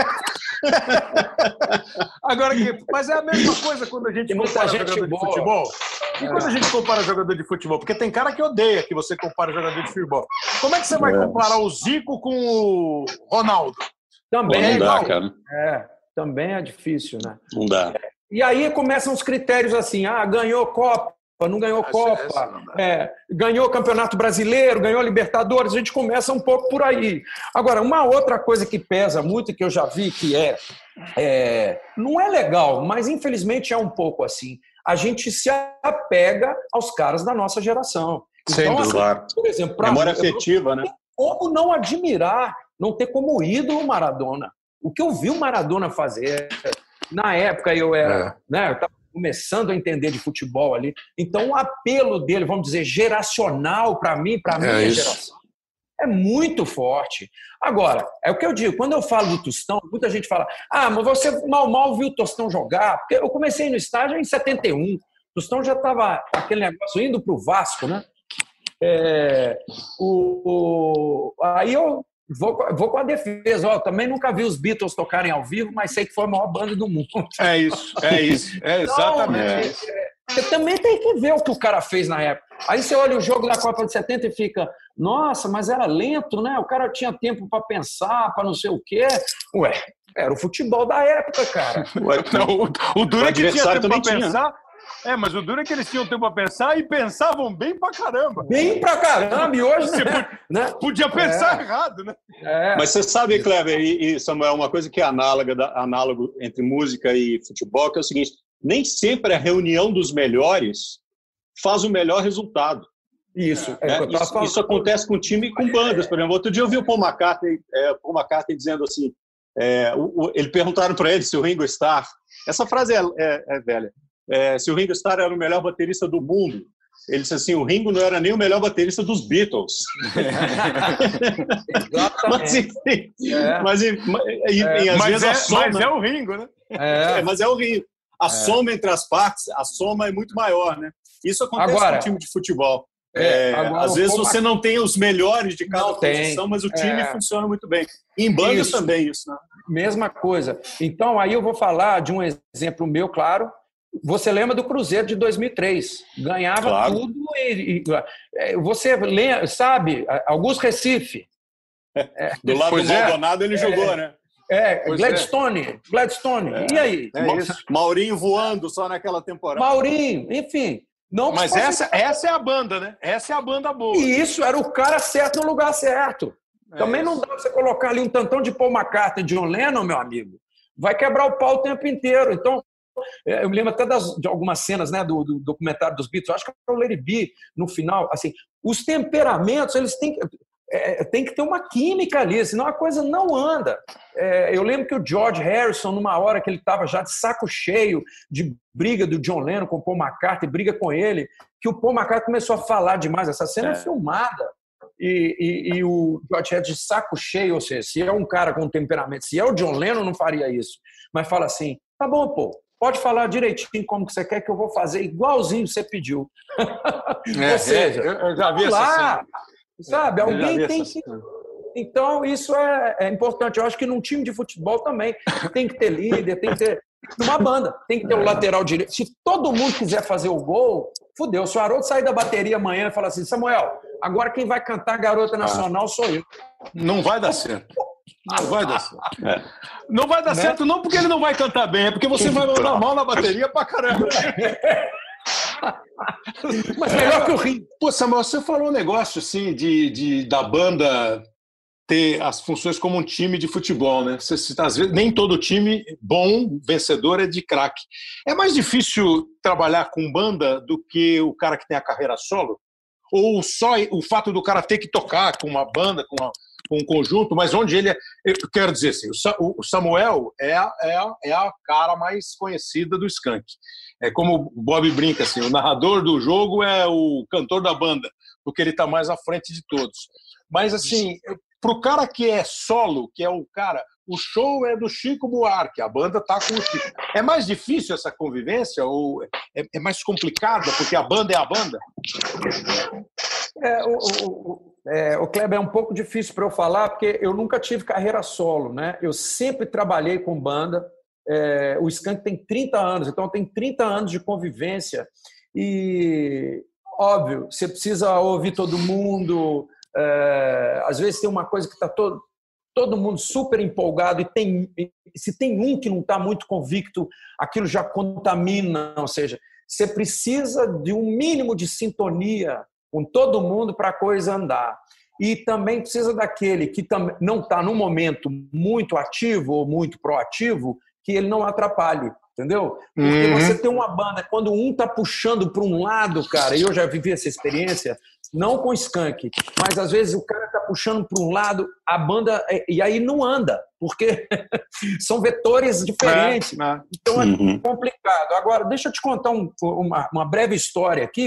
Agora, mas é a mesma coisa quando a gente tem compara gente jogador boa. de futebol. E quando a gente compara jogador de futebol? Porque tem cara que odeia que você compara jogador de futebol. Como é que você vai é. comparar o Zico com o Ronaldo? Também Pô, não é dá, igual. cara. É, também é difícil, né? Não dá. E aí começam os critérios assim, ah, ganhou Copa, não ganhou essa, Copa, essa não é, ganhou Campeonato Brasileiro, ganhou Libertadores, a gente começa um pouco por aí. Agora, uma outra coisa que pesa muito, que eu já vi, que é, é não é legal, mas infelizmente é um pouco assim, a gente se apega aos caras da nossa geração. Sem então, dúvida. assim, por exemplo, memória mim, afetiva, não né? Como não admirar, não ter como ídolo o Maradona. O que eu vi o Maradona fazer, na época eu era, é. né, eu estava começando a entender de futebol ali. Então, o apelo dele, vamos dizer, geracional para mim, para a minha é geração, é muito forte. Agora, é o que eu digo, quando eu falo do Tostão, muita gente fala, ah, mas você mal, mal viu o Tostão jogar, porque eu comecei no estágio em setenta e um, o Tostão já estava aquele negócio indo para o Vasco, né? É, o, o, aí eu Vou, vou com a defesa. Ó, também nunca vi os Beatles tocarem ao vivo, mas sei que foi a maior banda do mundo. É isso, é isso. É exatamente isso. Então, é, você também tem que ver o que o cara fez na época. Aí você olha o jogo da Copa de setenta e fica, nossa, mas era lento, né? O cara tinha tempo para pensar, para não sei o quê. Ué, era o futebol da época, cara. Ué, não, o, o duro é que tinha tempo para pensar. É, mas o duro é que eles tinham tempo para pensar e pensavam bem pra caramba. Bem pra caramba, e hoje você né? Podia, podia pensar é. errado, né? É. Mas você sabe, Kleber e, e Samuel, uma coisa que é análoga, da, análogo entre música e futebol, que é o seguinte, nem sempre a reunião dos melhores faz o melhor resultado. Isso. É, é, isso, isso acontece com time e com bandas, por exemplo. Outro dia eu vi o Paul McCartney, é, Paul McCartney dizendo assim, é, o, o, ele perguntaram para ele se o Ringo Starr, essa frase é, é, é velha, É, se o Ringo Starr era o melhor baterista do mundo, ele disse assim, o Ringo não era nem o melhor baterista dos Beatles. mas, enfim, é. mas, mas, é. às mas, vezes é, a soma, mas é o Ringo, né? É. mas é o Ringo. A é. soma entre as partes, a soma é muito maior, né? Isso acontece agora, com o time de futebol. É, agora, às vezes você não tem os melhores de cada posição, mas o time funciona muito bem. E em banda isso. também, isso. Né? Mesma coisa. Então, aí eu vou falar de um exemplo meu, claro. Você lembra do Cruzeiro de dois mil e três? Ganhava claro. tudo. E, e, você lembra, sabe, Augusto Recife. É, do lado do Maldonado é, ele jogou, é, né? É, Gladstone. É. Gladstone. É, e aí? É isso. Maurinho voando só naquela temporada. Maurinho, enfim. Não Mas essa, essa é a banda, né? Essa é a banda boa. E isso era o cara certo no lugar certo. É Também isso. não dá pra você colocar ali um tantão de Paul McCartney e John Lennon, meu amigo. Vai quebrar o pau o tempo inteiro. Então, eu me lembro até das, de algumas cenas, né, do, do documentário dos Beatles, acho que é o Let It Be, no final, assim, os temperamentos, eles têm, é, tem que ter uma química ali, senão a coisa não anda. É, eu lembro que o George Harrison, numa hora que ele estava já de saco cheio de briga do John Lennon com o Paul McCartney, briga com ele, que o Paul McCartney começou a falar demais, essa cena é, é filmada, e, e, e o George Harrison de saco cheio, ou seja, se é um cara com temperamento, se é o John Lennon, não faria isso, mas fala assim, tá bom, pô, pode falar direitinho como que você quer que eu vou fazer igualzinho que você pediu. É, Ou seja, é, eu já vi essa lá, cena. Sabe, alguém tem que... Então, isso é, é importante. Eu acho que num time de futebol também tem que ter líder, tem que ter... Numa banda, tem que ter o lateral direito. Se todo mundo quiser fazer o gol, fudeu. Se o Haroldo sair da bateria amanhã e falar assim, Samuel, agora quem vai cantar Garota Nacional sou eu. Não vai dar certo. Não vai dar certo. É. Não vai dar né? certo não porque ele não vai cantar bem, é porque você vai mandar mal na bateria pra caramba. Mas melhor que o Ringo. Pô, Samuel, você falou um negócio assim de, de, da banda ter as funções como um time de futebol, né? Você, às vezes, nem todo time bom, vencedor, é de craque. É mais difícil trabalhar com banda do que o cara que tem a carreira solo? Ou só o fato do cara ter que tocar com uma banda, com, uma, com um conjunto, mas onde ele é... Eu quero dizer assim, o Samuel é a, é, a, é a cara mais conhecida do Skank. É como o Bob brinca, assim, o narrador do jogo é o cantor da banda, porque ele está mais à frente de todos. Mas, assim, para o cara que é solo, que é o cara... O show é do Chico Buarque, a banda está com o Chico. É mais difícil essa convivência ou é, é mais complicada porque a banda é a banda? É, o, o, é, o Kleber, é um pouco difícil para eu falar porque eu nunca tive carreira solo, né? Eu sempre trabalhei com banda. É, o Skank tem trinta anos, então tem trinta anos de convivência e, óbvio, você precisa ouvir todo mundo. É, às vezes tem uma coisa que está todo... todo mundo super empolgado e tem, se tem um que não está muito convicto, aquilo já contamina, ou seja, você precisa de um mínimo de sintonia com todo mundo para a coisa andar. E também precisa daquele que não está num momento muito ativo ou muito proativo, que ele não atrapalhe, entendeu? Porque uhum. você tem uma banda, quando um está puxando para um lado, cara, e eu já vivi essa experiência, não com Skank, mas às vezes o cara está puxando para um lado, a banda, e aí não anda, porque são vetores diferentes. É, é. Então é uhum. complicado. Agora, deixa eu te contar um, uma, uma breve história aqui,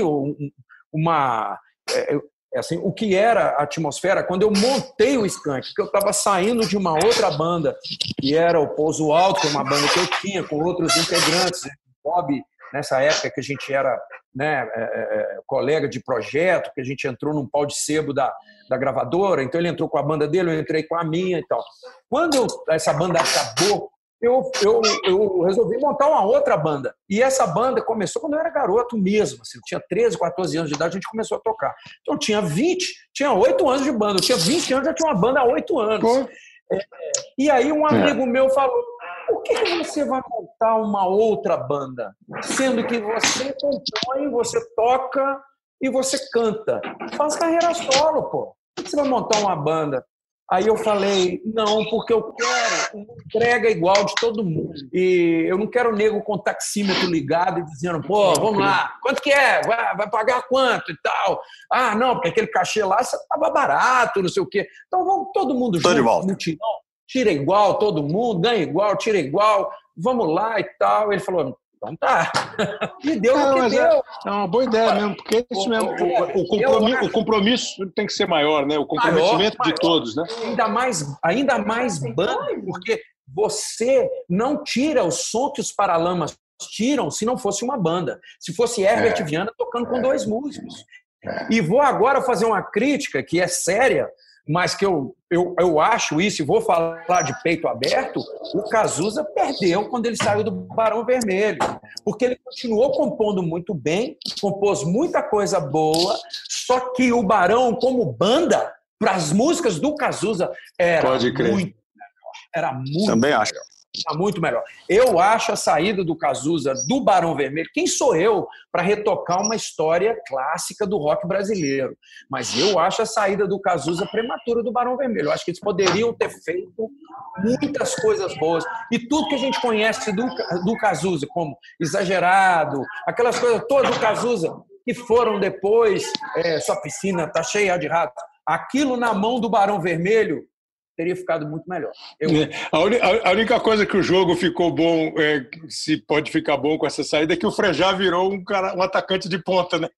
uma, é, assim, o que era a atmosfera quando eu montei o Skank, porque eu estava saindo de uma outra banda, que era o Pouso Alto, que é uma banda que eu tinha com outros integrantes, Bob, nessa época que a gente era, né, é, é, colega de projeto, que a gente entrou num pau de sebo da, da gravadora, então ele entrou com a banda dele, eu entrei com a minha e tal. Quando eu, essa banda acabou, eu, eu, eu resolvi montar uma outra banda. E essa banda começou quando eu era garoto mesmo, assim, eu tinha treze, quatorze anos de idade, a gente começou a tocar. Então eu tinha vinte, tinha oito anos de banda, eu tinha vinte anos, já tinha uma banda há oito anos. É, e aí um amigo é. meu falou: por que você vai montar uma outra banda? Sendo que você compõe, você toca e você canta. Faz carreira solo, pô. Por que você vai montar uma banda? Aí eu falei, não, porque eu quero uma entrega igual de todo mundo. E eu não quero nego com taxímetro ligado e dizendo, pô, vamos lá, quanto que é? Vai, vai pagar quanto e tal? Ah, não, porque aquele cachê lá estava barato, não sei o quê. Então vamos todo mundo junto, no tirão. Tira igual todo mundo, ganha igual, tira igual, vamos lá e tal. Ele falou, então tá. E deu o que deu. É, é uma boa ideia mesmo, porque é isso mesmo. O, o, compromisso, o compromisso tem que ser maior, né? O comprometimento maior, de maior. todos, né? Ainda mais, ainda mais banda, porque você não tira o som que os Paralamas tiram se não fosse uma banda. Se fosse Herbert é. Viana tocando com dois músicos. E vou agora fazer uma crítica que é séria, mas que eu, eu, eu acho isso, e vou falar de peito aberto, o Cazuza perdeu quando ele saiu do Barão Vermelho, porque ele continuou compondo muito bem, compôs muita coisa boa, só que o Barão, como banda, para as músicas do Cazuza, era Pode crer. muito melhor. Era muito Também melhor. acho. Era muito melhor. Eu acho a saída do Cazuza do Barão Vermelho. Quem sou eu para retocar uma história clássica do rock brasileiro? Mas eu acho a saída do Cazuza prematura do Barão Vermelho. Eu acho que eles poderiam ter feito muitas coisas boas. E tudo que a gente conhece do, do Cazuza, como Exagerado, aquelas coisas todas do Cazuza, que foram depois, é, sua piscina tá cheia de ratos. Aquilo na mão do Barão Vermelho teria ficado muito melhor. Eu... A única coisa que o jogo ficou bom, é, se pode ficar bom com essa saída, é que o Frejá virou um, cara, um atacante de ponta, né?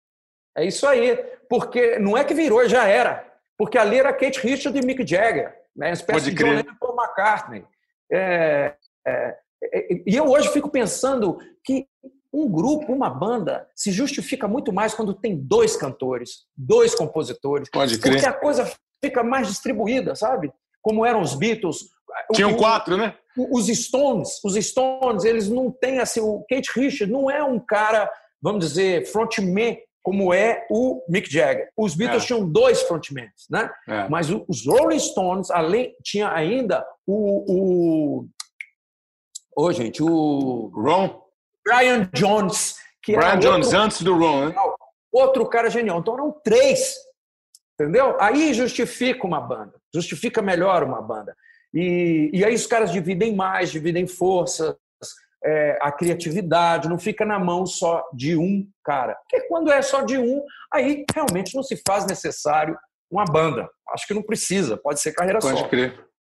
É isso aí. Porque não é que virou, já era. Porque ali era Kate Richards e Mick Jagger. Né? Uma espécie pode de crer. John Lennon e Paul McCartney. É, é, é, e eu hoje fico pensando que um grupo, uma banda, se justifica muito mais quando tem dois cantores, dois compositores. Pode crer. Porque a coisa fica mais distribuída, sabe? Como eram os Beatles. Tinham o, quatro, né? Os Stones, os Stones, eles não têm assim, o Kate Richards não é um cara, vamos dizer, frontman como é o Mick Jagger. Os Beatles é. tinham dois frontmans, né? É. Mas os Rolling Stones, além, tinha ainda o, o oh, gente, o Ron Brian Jones, que Brian era Jones outro, antes do Ron, né? Outro cara genial. Então eram três. entendeu? Aí justifica uma banda, justifica melhor uma banda. E, e aí os caras dividem mais, dividem forças, é, a criatividade, não fica na mão só de um cara. Porque quando é só de um, aí realmente não se faz necessário uma banda. Acho que não precisa, pode ser carreira só. Pode crer.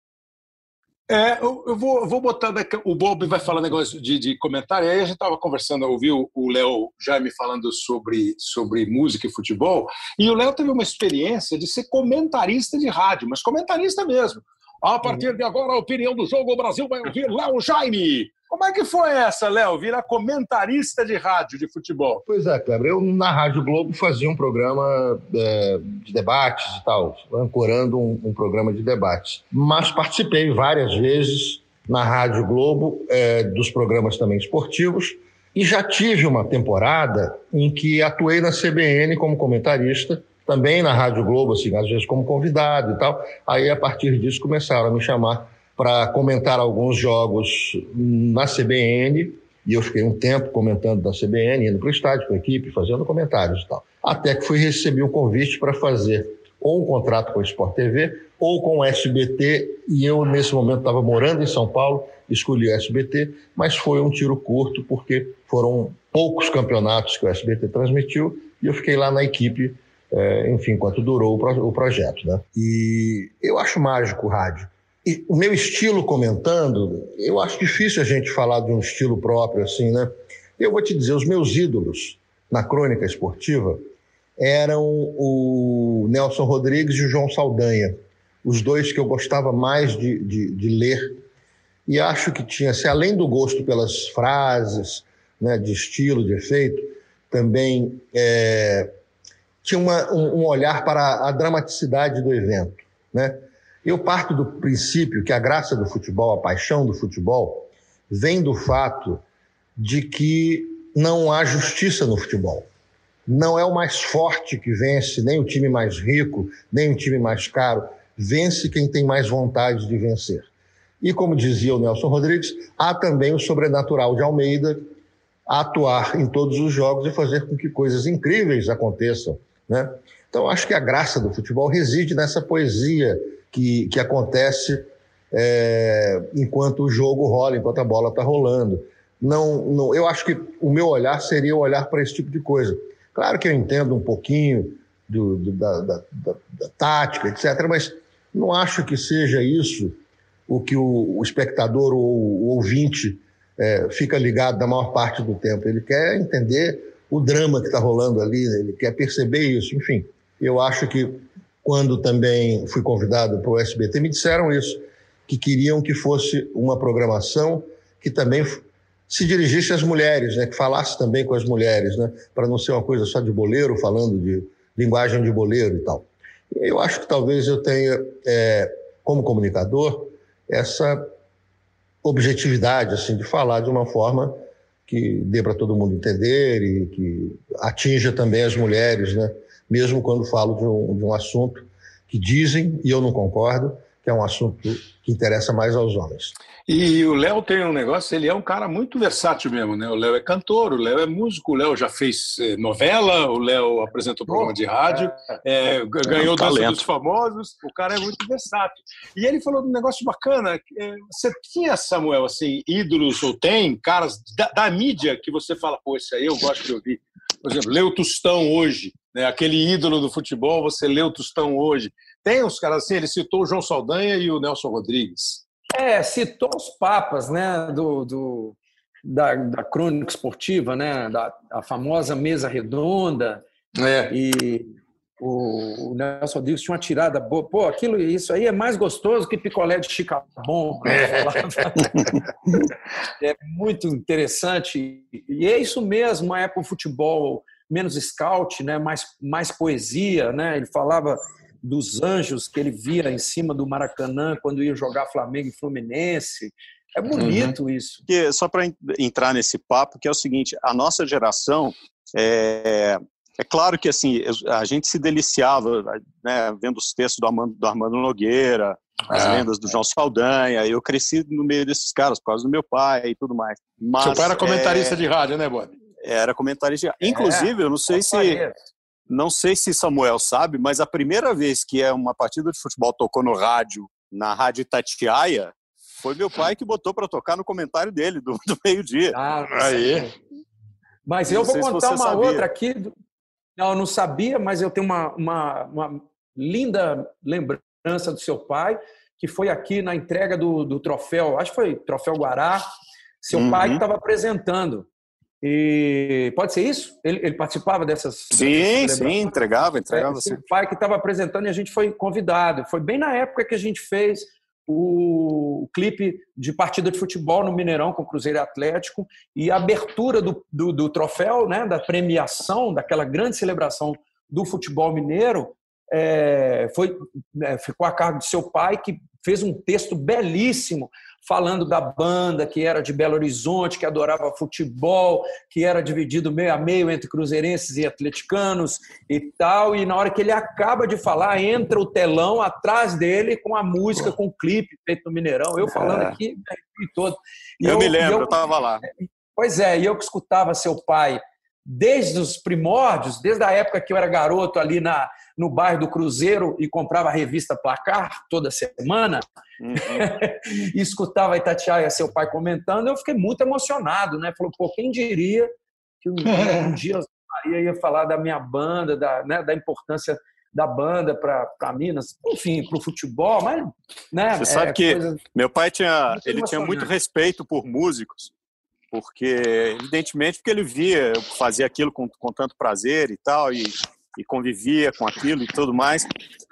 É, eu, eu, vou, eu vou botar daqui, o Bob vai falar negócio de, de comentário, aí a gente estava conversando, ouviu o Léo Jaime falando sobre, sobre música e futebol, e o Léo teve uma experiência de ser comentarista de rádio, mas comentarista mesmo. A partir de agora, a opinião do jogo, o Brasil vai ouvir Léo Jaime. Como é que foi essa, Léo, virar comentarista de rádio de futebol? Pois é, Kleber, eu na Rádio Globo fazia um programa é, de debates e tal, ancorando um, um programa de debates. Mas participei várias vezes na Rádio Globo é, dos programas também esportivos e já tive uma temporada em que atuei na C B N como comentarista, também na Rádio Globo, assim, às vezes como convidado e tal. Aí, a partir disso, começaram a me chamar para comentar alguns jogos na C B N, e eu fiquei um tempo comentando na C B N, indo para o estádio com a equipe, fazendo comentários e tal. Até que fui receber um convite para fazer ou um contrato com a Sport T V ou com o S B T, e eu, nesse momento, estava morando em São Paulo, escolhi o S B T, mas foi um tiro curto, porque foram poucos campeonatos que o S B T transmitiu, e eu fiquei lá na equipe, é, enfim, enquanto durou o, pro, o projeto, né? E eu acho mágico o rádio. E o meu estilo comentando, eu acho difícil a gente falar de um estilo próprio assim, né? Eu vou te dizer, os meus ídolos na crônica esportiva eram o Nelson Rodrigues e o João Saldanha, os dois que eu gostava mais de, de, de ler. E acho que tinha, assim, além do gosto pelas frases, né, de estilo, de efeito, também é, tinha uma, um, um olhar para a dramaticidade do evento, né? Eu parto do princípio que a graça do futebol, a paixão do futebol, vem do fato de que não há justiça no futebol. Não é o mais forte que vence, nem o time mais rico, nem o time mais caro. Vence quem tem mais vontade de vencer. E como dizia o Nelson Rodrigues, há também o sobrenatural de Almeida a atuar em todos os jogos e fazer com que coisas incríveis aconteçam, né? Então, acho que a graça do futebol reside nessa poesia Que, que acontece é, enquanto o jogo rola, enquanto a bola está rolando. Não, não, eu acho que o meu olhar seria o olhar para esse tipo de coisa. Claro que eu entendo um pouquinho do, do, da, da, da, da tática, etcétera, mas não acho que seja isso o que o, o espectador ou o ouvinte é, fica ligado na maior parte do tempo. Ele quer entender o drama que está rolando ali, né? Ele quer perceber isso. Enfim, eu acho que quando também fui convidado para o S B T, me disseram isso, que queriam que fosse uma programação que também se dirigisse às mulheres, né, que falasse também com as mulheres, né, para não ser uma coisa só de boleiro, falando de linguagem de boleiro e tal. Eu acho que talvez eu tenha, é, como comunicador, essa objetividade assim, de falar de uma forma que dê para todo mundo entender e que atinja também as mulheres, né? Mesmo quando falo de um, de um assunto que dizem, e eu não concordo, que é um assunto que interessa mais aos homens. E o Léo tem um negócio, ele é um cara muito versátil mesmo, né? O Léo é cantor, o Léo é músico, o Léo já fez novela, o Léo apresentou programa de rádio, é, ganhou Dança dos Famosos, o cara é muito versátil. E ele falou de um negócio bacana, você tinha, Samuel, assim, ídolos, ou tem, caras da, da mídia que você fala, pô, esse aí eu gosto de ouvir. Por exemplo, lê o Tostão hoje, né? Aquele ídolo do futebol, você lê o Tostão hoje. Tem uns caras assim, ele citou o João Saldanha e o Nelson Rodrigues. É, citou os papas, né, do, do, da, da crônica esportiva, né, da a famosa mesa redonda. É. E o, o Nelson Rodrigues tinha uma tirada boa. Pô, aquilo, isso aí é mais gostoso que picolé de chicabom. Né? É. É muito interessante. E é isso mesmo, uma época o futebol menos scout, né, mais, mais poesia, né? Ele falava dos anjos que ele via em cima do Maracanã quando ia jogar Flamengo e Fluminense. É bonito uhum. isso. E só para entrar nesse papo, que é o seguinte, a nossa geração, é, é claro que assim, a gente se deliciava, né, vendo os textos do Armando, do Armando Nogueira, as ah, lendas do João Saldanha, eu cresci no meio desses caras por causa do meu pai e tudo mais. Mas, seu pai era comentarista é, de rádio, né, Bob? Era comentarista de rádio. Inclusive, é, eu não sei se... não sei se Samuel sabe, mas a primeira vez que é uma partida de futebol tocou no rádio, na Rádio Itatiaia, foi meu pai que botou para tocar no comentário dele, do, do meio-dia. Ah, Aí. Mas eu Não vou sei se contar você uma sabia. outra aqui. Não, eu não sabia, mas eu tenho uma, uma, uma linda lembrança do seu pai, que foi aqui na entrega do, do troféu, acho que foi troféu Guará, seu Uhum. pai que estava apresentando. E pode ser isso? Ele, ele participava dessas... Sim, dessas sim, entregava, entregava. É, Sim. seu pai que estava apresentando e a gente foi convidado. Foi bem na época que a gente fez o clipe de partida de futebol no Mineirão com o Cruzeiro e Atlético e a abertura do, do, do troféu, né, da premiação, daquela grande celebração do futebol mineiro, é, foi, é, ficou a cargo de seu pai, que fez um texto belíssimo falando da banda que era de Belo Horizonte, que adorava futebol, que era dividido meio a meio entre cruzeirenses e atleticanos e tal. E na hora que ele acaba de falar, entra o telão atrás dele com a música, com o clipe feito no Mineirão. Eu falando É. aqui, e todo. E Eu, eu me lembro, e eu estava lá. Pois é, e eu que escutava seu pai desde os primórdios, desde a época que eu era garoto ali na, no bairro do Cruzeiro e comprava a revista Placar toda semana, Uhum. e escutava a Itatiaia, seu pai comentando, eu fiquei muito emocionado, né? Falou, pô, quem diria que um, um dia eu ia falar da minha banda, da, né, da importância da banda para Minas, enfim, para o futebol, mas... Né, Você sabe é que coisa... meu pai tinha, muito ele tinha muito emocionante. respeito por músicos, porque, evidentemente, porque ele via, eu fazia aquilo com, com tanto prazer e tal, e, e convivia com aquilo e tudo mais.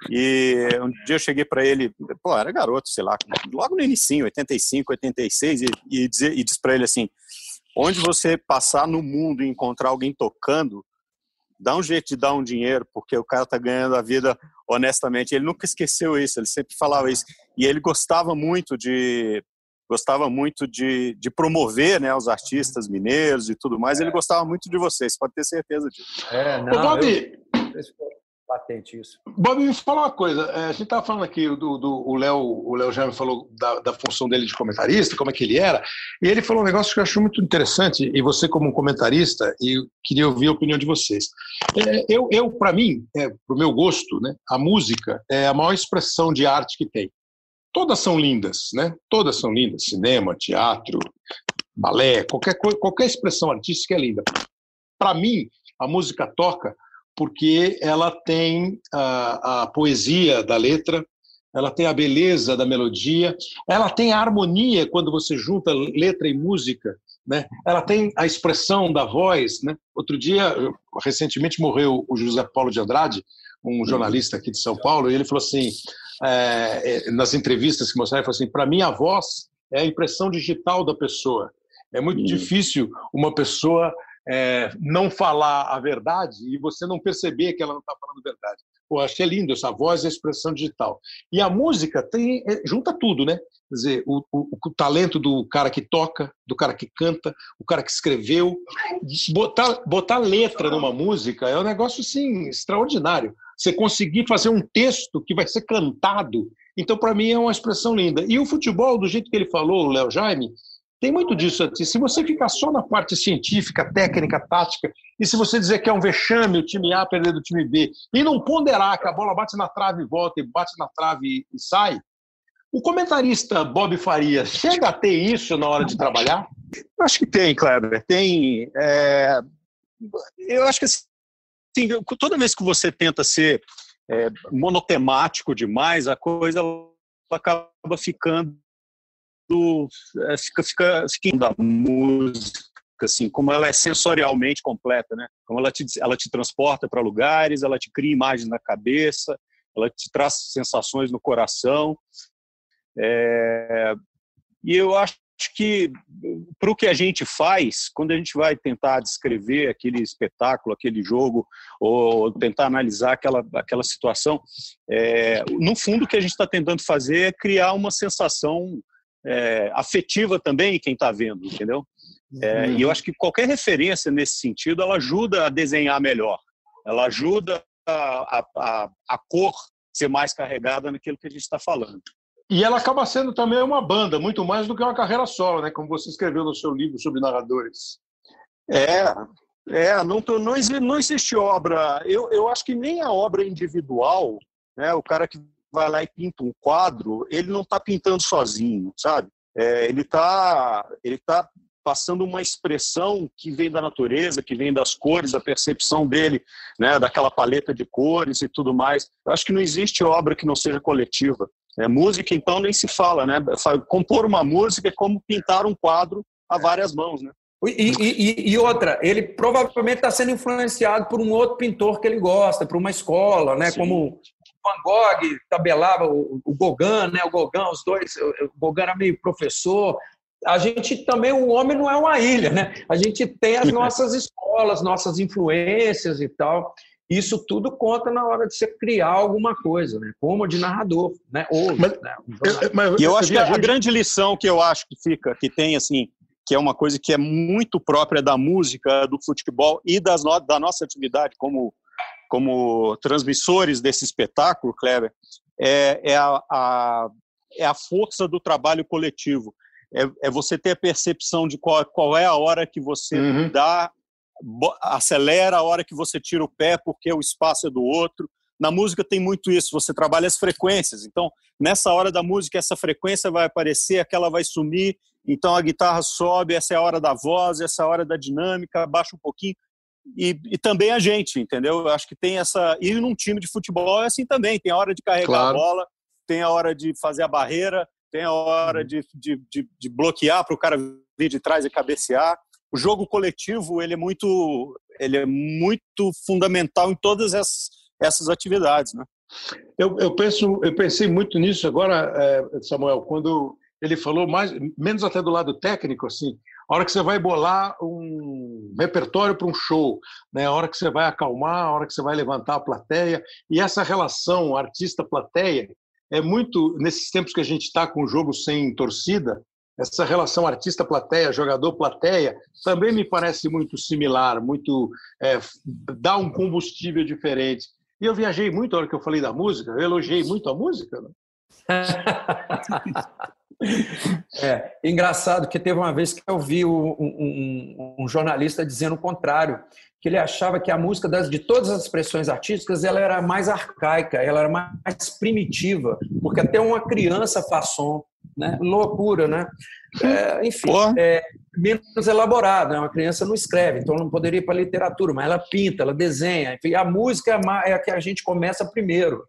E um dia eu cheguei para ele, pô, era garoto, sei lá, logo no inicinho, oitenta e cinco, oitenta e seis, e, e, dizer, e disse para ele assim, onde você passar no mundo e encontrar alguém tocando, dá um jeito de dar um dinheiro, porque o cara tá ganhando a vida honestamente. Ele nunca esqueceu isso, ele sempre falava isso. E ele gostava muito de... gostava muito de, de promover, né, os artistas mineiros e tudo mais. Ele gostava muito de vocês, pode ter certeza disso. É, Ô, não, Bob, eu... patente isso. Bob, me fala uma coisa. É, a gente estava falando aqui, do, do, o Léo o Léo já me falou da, da função dele de comentarista, como é que ele era, e ele falou um negócio que eu achei muito interessante, e você como comentarista, e eu queria ouvir a opinião de vocês. É, eu, eu para mim, é, para o meu gosto, né, a música é a maior expressão de arte que tem. Todas são lindas, né? Todas são lindas. Cinema, teatro, balé, qualquer, coisa, qualquer expressão artística é linda. Para mim, a música toca porque ela tem a, a poesia da letra, ela tem a beleza da melodia, ela tem a harmonia quando você junta letra e música, né? Ela tem a expressão da voz, né? Outro dia, recentemente morreu o José Paulo de Andrade, um jornalista aqui de São Paulo, e ele falou assim, é, nas entrevistas que mostraram, ele falou assim, para mim a voz é a impressão digital da pessoa. É muito uhum. difícil uma pessoa é, não falar a verdade e você não perceber que ela não está falando a verdade. Pô, achei lindo essa voz e a expressão digital. E a música tem, junta tudo, né? Quer dizer, o, o, o talento do cara que toca, do cara que canta, o cara que escreveu. Botar, botar letra numa música é um negócio, assim, extraordinário. Você conseguir fazer um texto que vai ser cantado. Então, para mim, é uma expressão linda. E o futebol, do jeito que ele falou, o Léo Jaime, tem muito disso. Se você ficar só na parte científica, técnica, tática, e se você dizer que é um vexame o time A perder do time B, e não ponderar que a bola bate na trave e volta, e bate na trave e sai, o comentarista Bob Faria chega a ter isso na hora de trabalhar? Eu acho que tem, Kleber. Tem. É... Eu acho que assim, toda vez que você tenta ser é, monotemático demais, a coisa acaba ficando fica, fica, fica da música, assim, como ela é sensorialmente completa, né? Como ela te, ela te transporta para lugares, ela te cria imagens na cabeça, ela te traz sensações no coração. É, e eu acho que para o que a gente faz, quando a gente vai tentar descrever aquele espetáculo, aquele jogo, ou tentar analisar aquela, aquela situação, é, no fundo o que a gente está tentando fazer é criar uma sensação É, afetiva também em quem está vendo, entendeu? É, uhum. E eu acho que qualquer referência nesse sentido, ela ajuda a desenhar melhor, ela ajuda a, a, a cor ser mais carregada naquilo que a gente está falando. E ela acaba sendo também uma banda, muito mais do que uma carreira solo, né? Como você escreveu no seu livro sobre narradores. É, É, não, não, não existe obra. Eu, eu acho que nem a obra individual, né, o cara que vai lá e pinta um quadro, ele não está pintando sozinho, sabe? É, ele está ele tá passando uma expressão que vem da natureza, que vem das cores, a percepção dele, né, daquela paleta de cores e tudo mais. Eu acho que não existe obra que não seja coletiva. É, música, então, nem se fala, né? Compor uma música é como pintar um quadro a várias mãos, né? E, e, e outra, ele provavelmente está sendo influenciado por um outro pintor que ele gosta, por uma escola, né? Sim. Como Van Gogh tabelava o, o Gauguin, né? O Gauguin, os dois, o Gauguin era meio professor. A gente também, o homem não é uma ilha, né? A gente tem as nossas escolas, nossas influências e tal. Isso tudo conta na hora de você criar alguma coisa, né? Como de narrador, né? Ou, mas, né? eu, mas, e eu acho que a, a grande lição que eu acho que fica, que tem assim, que é uma coisa que é muito própria da música, do futebol e das no, da nossa atividade como, como transmissores desse espetáculo, Kleber, é, é, a, a, é a força do trabalho coletivo. É, é você ter a percepção de qual, qual é a hora que você uhum. dá, acelera, a hora que você tira o pé porque o espaço é do outro. Na música tem muito isso, você trabalha as frequências. Então, nessa hora da música, essa frequência vai aparecer, aquela vai sumir, então a guitarra sobe, essa é a hora da voz, essa é a hora da dinâmica, baixa um pouquinho. E, e também a gente, entendeu? Eu acho que tem essa... E num time de futebol é assim também, tem a hora de carregar claro. a bola, tem a hora de fazer a barreira, tem a hora de, de, de, de bloquear para o cara vir de trás e cabecear. O jogo coletivo ele é muito, ele é muito fundamental em todas essas, essas atividades, né? Eu, eu, penso, eu pensei muito nisso agora, Samuel, quando ele falou mais, menos até do lado técnico, assim, a hora que você vai bolar um repertório para um show, né? A hora que você vai acalmar, a hora que você vai levantar a plateia, e essa relação artista-plateia é muito, nesses tempos que a gente está com o jogo sem torcida, essa relação artista-plateia, jogador-plateia, também me parece muito similar, muito é, dá um combustível diferente. E eu viajei muito na hora que eu falei da música, eu elogiei muito a música. Né? É engraçado que teve uma vez que eu vi um, um, um jornalista dizendo o contrário, que ele achava que a música das, de todas as expressões artísticas ela era mais arcaica, ela era mais primitiva, porque até uma criança faz som, né? Loucura, né? É, enfim, é menos elaborado, né? Uma criança não escreve, então não poderia ir para a literatura, mas ela pinta, ela desenha, enfim, a música é a que a gente começa primeiro.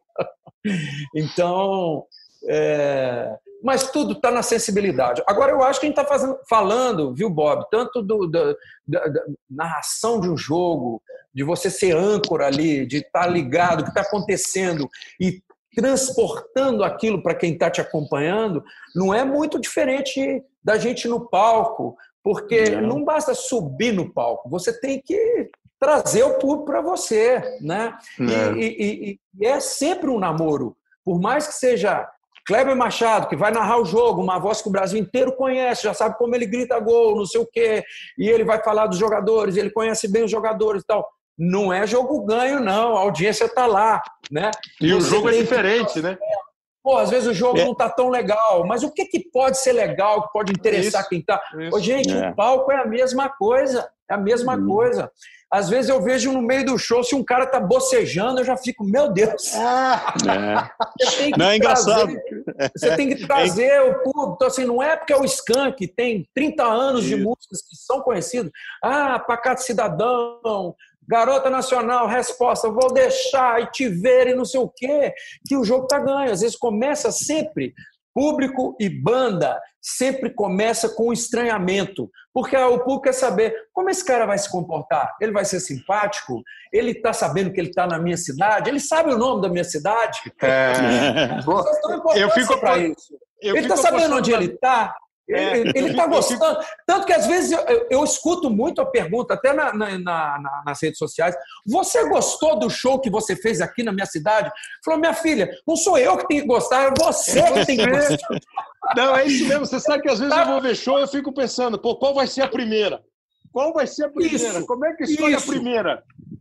Então, é... mas tudo está na sensibilidade. Agora, eu acho que a gente está falando, viu, Bob, tanto do, do, da, da narração de um jogo, de você ser âncora ali, de estar ligado, o que está acontecendo e transportando aquilo para quem está te acompanhando, não é muito diferente da gente no palco, porque não. não basta subir no palco, você tem que trazer o público para você, né? E, e, e é sempre um namoro, por mais que seja Kleber Machado, que vai narrar o jogo, uma voz que o Brasil inteiro conhece, já sabe como ele grita gol, não sei o quê, e ele vai falar dos jogadores, ele conhece bem os jogadores e tal. Não é jogo ganho, não. A audiência está lá, né? E o jogo é diferente, né? Pô, às vezes o jogo é. não está tão legal, mas o que, que pode ser legal, que pode interessar isso, quem está... Gente, é. o palco é a mesma coisa, é a mesma hum. coisa. Às vezes eu vejo no meio do show, se um cara tá bocejando, eu já fico, meu Deus. Ah, é. Você tem que não, é engraçado. Trazer, você tem que trazer é. o público. Então, assim, não é porque é o Skank, tem trinta anos de músicas que são conhecidas. Ah, Pacato Cidadão, Garota Nacional, resposta, vou deixar e te ver e não sei o quê, que o jogo tá ganho. Às vezes começa sempre... Público e banda sempre começa com estranhamento, porque o público quer saber como esse cara vai se comportar. Ele vai ser simpático? Ele está sabendo que ele está na minha cidade? Ele sabe o nome da minha cidade? É. Eu fico para isso. Eu ele está sabendo onde ele está? Ele é. está gostando. Tanto que, às vezes, eu, eu, eu escuto muito a pergunta, até na, na, na, nas redes sociais, você gostou do show que você fez aqui na minha cidade? Falou, minha filha, não sou eu que tenho que gostar, é você que tem que gostar. Não, é isso mesmo. Você sabe que, às vezes, tá. eu vou ver show e eu fico pensando, pô, qual vai ser a primeira? Qual vai ser a primeira? Isso, Como é que escolhe isso. a primeira?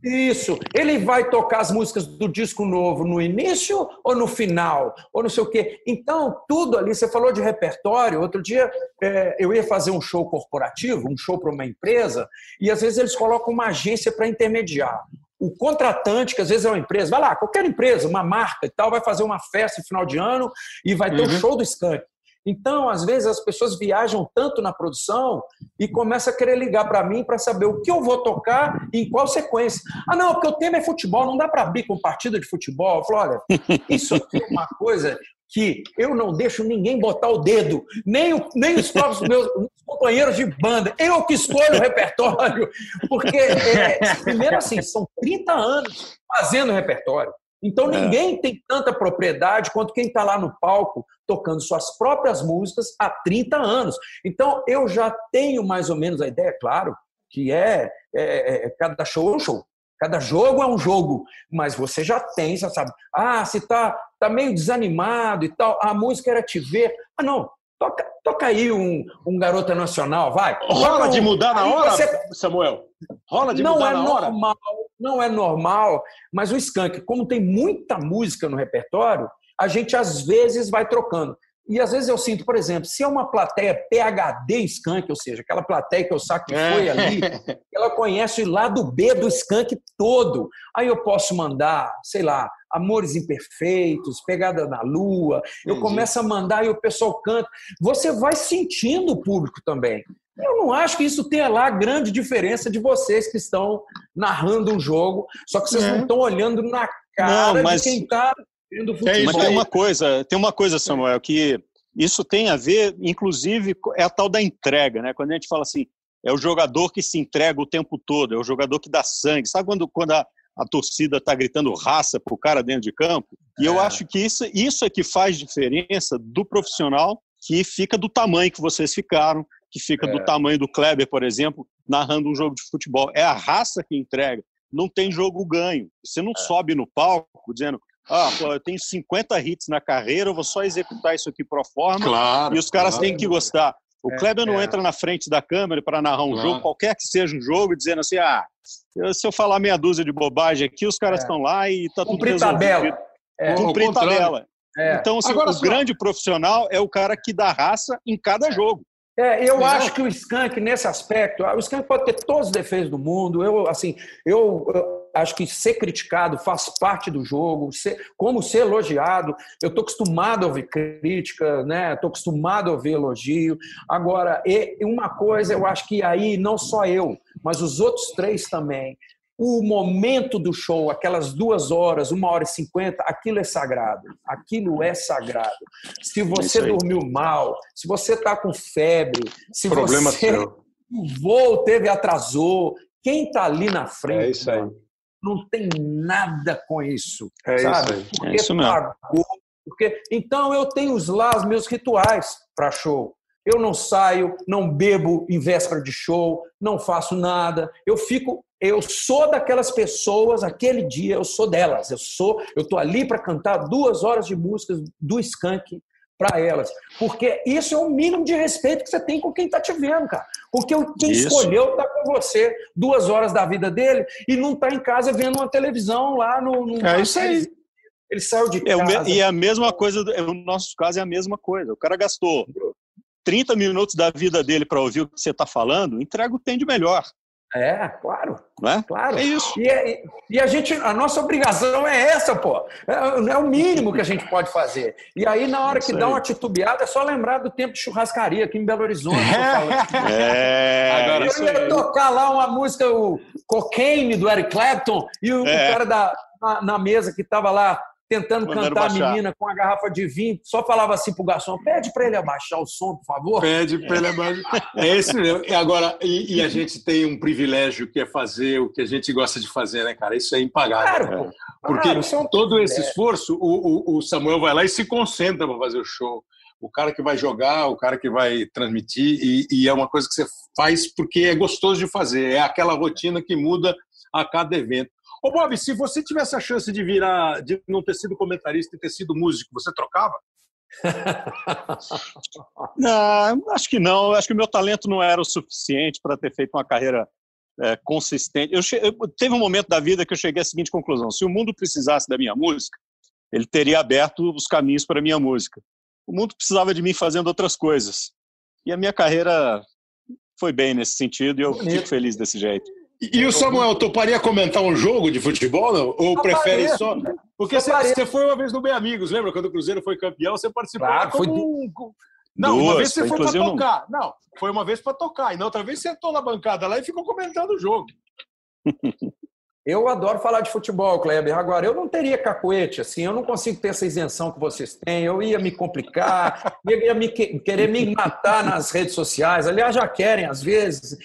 Isso. Ele vai tocar as músicas do disco novo no início ou no final? Ou não sei o quê. Então, tudo ali, você falou de repertório. Outro dia é, eu ia fazer um show corporativo, um show para uma empresa, e às vezes eles colocam uma agência para intermediar. O contratante, que às vezes é uma empresa, vai lá, qualquer empresa, uma marca e tal, vai fazer uma festa no final de ano e vai ter o uhum. um show do Skank. Então, às vezes, as pessoas viajam tanto na produção e começam a querer ligar para mim para saber o que eu vou tocar e em qual sequência. Ah, não, porque o tema é futebol, não dá para abrir com partida de futebol. Eu falo, olha, isso aqui é uma coisa que eu não deixo ninguém botar o dedo, nem, o, nem os próprios meus companheiros de banda. Eu que escolho o repertório, porque, é, primeiro assim, são trinta anos fazendo repertório. Então, ninguém é. tem tanta propriedade quanto quem está lá no palco tocando suas próprias músicas há trinta anos. Então, eu já tenho mais ou menos a ideia, claro, que é, é, é cada show é um show, cada jogo é um jogo, mas você já tem, você sabe, ah, se está tá meio desanimado e tal, a música era Te Ver. Ah, não, toca, toca aí um, um Garota Nacional, vai. Rola um, de mudar na hora, você... Samuel? Rola de não mudar é na normal, hora? Não é normal, mas o Skank, como tem muita música no repertório, a gente às vezes vai trocando. E às vezes eu sinto, por exemplo, se é uma plateia P H D Skank, ou seja, aquela plateia que eu saco que foi ali, ela conhece o lado B do Skank todo. Aí eu posso mandar, sei lá, Amores Imperfeitos, Pegada na Lua, eu começo a mandar e o pessoal canta. Você vai sentindo o público também. Eu não acho que isso tenha lá grande diferença de vocês que estão narrando um jogo, só que vocês é. não estão olhando na cara não, mas... de quem está vendo futebol. Mas tem uma coisa, tem uma coisa, Samuel, que isso tem a ver, inclusive, é a tal da entrega, né? Quando a gente fala assim, é o jogador que se entrega o tempo todo, é o jogador que dá sangue. Sabe quando, quando a, a torcida está gritando raça pro cara dentro de campo? E é. eu acho que isso, isso é que faz diferença do profissional que fica do tamanho que vocês ficaram, que fica é. do tamanho do Kleber, por exemplo, narrando um jogo de futebol. É a raça que entrega. Não tem jogo ganho. Você não é. sobe no palco dizendo, ah, pô, eu tenho cinquenta hits na carreira, eu vou só executar isso aqui pro forma claro, e os caras claro. têm que gostar. O é, Kleber não é. entra na frente da câmera para narrar um claro. jogo, qualquer que seja um jogo, dizendo assim, ah, se eu falar meia dúzia de bobagem aqui, os caras estão é. lá e tá tudo Cumprir tabela. É. Cumprir tabela. É. Então, assim, Agora, o só... grande profissional é o cara que dá raça em cada jogo. É, eu acho que o Skank, nesse aspecto, o Skank pode ter todos os defeitos do mundo. Eu, assim, eu, eu acho que ser criticado faz parte do jogo, ser, como ser elogiado. Eu estou acostumado a ouvir crítica, né? Estou acostumado a ouvir elogio. Agora, e, uma coisa, eu acho que aí, não só eu, mas os outros três também, o momento do show, aquelas duas horas, uma hora e cinquenta, aquilo é sagrado. Aquilo é sagrado. Se você dormiu mal, se você está com febre, se Problema você seu. o voo teve atrasou, quem está ali na frente, é isso aí. não tem nada com isso. É sabe? isso aí. Porque é isso mesmo. pagou, porque... Então eu tenho lá os meus rituais para show. Eu não saio, não bebo em véspera de show, não faço nada. Eu fico, eu sou daquelas pessoas, aquele dia eu sou delas. Eu sou, eu estou ali para cantar duas horas de músicas do Skank para elas. Porque isso é o mínimo de respeito que você tem com quem está te vendo, cara. Porque quem isso. escolheu está com você duas horas da vida dele e não está em casa vendo uma televisão lá no... no é isso aí. Ele saiu de é casa. E é a mesma coisa, no nosso caso é a mesma coisa. O cara gastou trinta minutos da vida dele para ouvir o que você está falando, entrega o que tem de melhor. É, claro. Não é? Claro. É isso. E, é, e a, gente, a nossa obrigação é essa, pô. É, é o mínimo que a gente pode fazer. E aí, na hora que dá uma titubeada, é só lembrar do tempo de churrascaria aqui em Belo Horizonte. É, Agora, eu ia tocar lá uma música, o Cocaine, do Eric Clapton, e o, é. o cara da, na, na mesa que estava lá tentando Mandando cantar baixar. A menina com a garrafa de vinho, só falava assim pro garçom, pede para ele abaixar o som, por favor. Pede para ele abaixar. É esse mesmo. E agora, e, e a gente tem um privilégio que é fazer o que a gente gosta de fazer, né, cara? Isso é impagável. Claro, né? Porque claro, é um... todo esse esforço, o, o, o Samuel vai lá e se concentra para fazer o show. O cara que vai jogar, o cara que vai transmitir, e, e é uma coisa que você faz porque é gostoso de fazer. É aquela rotina que muda a cada evento. Ô, Bob, se você tivesse a chance de virar, de não ter sido comentarista e ter sido músico, você trocava? Não, acho que não. Acho que o meu talento não era o suficiente para ter feito uma carreira é, consistente. Eu che... eu, teve um momento da vida que eu cheguei à seguinte conclusão: se o mundo precisasse da minha música, ele teria aberto os caminhos para a minha música. O mundo precisava de mim fazendo outras coisas. E a minha carreira foi bem nesse sentido e eu Bonito. Fico feliz desse jeito. E, e o Samuel, toparia comentar um jogo de futebol, não? Ou prefere só... Porque você, você foi uma vez no Bem Amigos, lembra? Quando o Cruzeiro foi campeão, você participou claro, como... Foi... Um... Não, Duas, uma vez você foi para tocar. Não... não, foi uma vez para tocar. E na outra vez você sentou na bancada lá e ficou comentando o jogo. Eu adoro falar de futebol, Kleber. Agora, eu não teria cacuete, assim, eu não consigo ter essa isenção que vocês têm. Eu ia me complicar, ia me que, querer me matar nas redes sociais. Aliás, já querem, às vezes.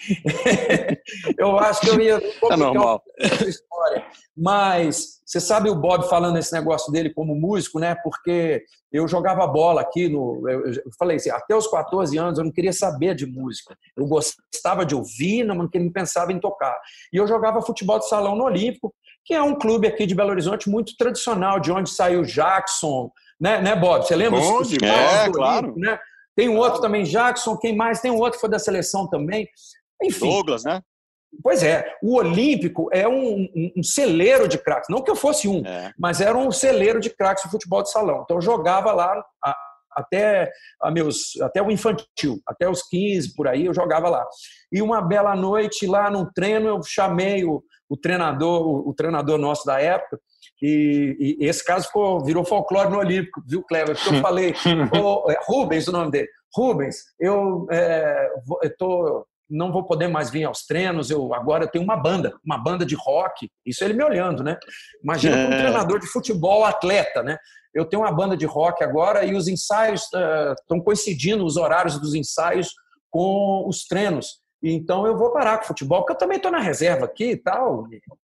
Eu acho que eu ia complicar é normal. essa história. Mas você sabe o Bob falando esse negócio dele como músico, né? Porque eu jogava bola aqui, no, eu, eu falei assim, até os quatorze anos eu não queria saber de música. Eu gostava de ouvir, não, não pensava em tocar. E eu jogava futebol de salão no Olímpico, que é um clube aqui de Belo Horizonte muito tradicional, de onde saiu Jackson, né, né Bob? Você lembra? Bom, os, os é, do claro. Olímpico, né? Tem um outro também, Jackson, quem mais? Tem um outro que foi da seleção também. Enfim. Douglas, né? Pois é, o Olímpico é um, um, um celeiro de craques. Não que eu fosse um, é. mas era um celeiro de craques de futebol de salão. Então eu jogava lá a, até, a meus, até o infantil, até os quinze, por aí, eu jogava lá. E uma bela noite, lá no treino, eu chamei o, o treinador, o, o treinador nosso da época, e, e esse caso ficou, virou folclore no Olímpico, viu, Cleber? Porque eu falei, oh, é Rubens o nome dele, Rubens, eu é, estou... não vou poder mais vir aos treinos, eu agora eu tenho uma banda, uma banda de rock, isso ele me olhando, né? Imagina é. um treinador de futebol atleta, né? Eu tenho uma banda de rock agora e os ensaios uh, estão coincidindo, os horários dos ensaios com os treinos. Então eu vou parar com o futebol, porque eu também estou na reserva aqui e tal.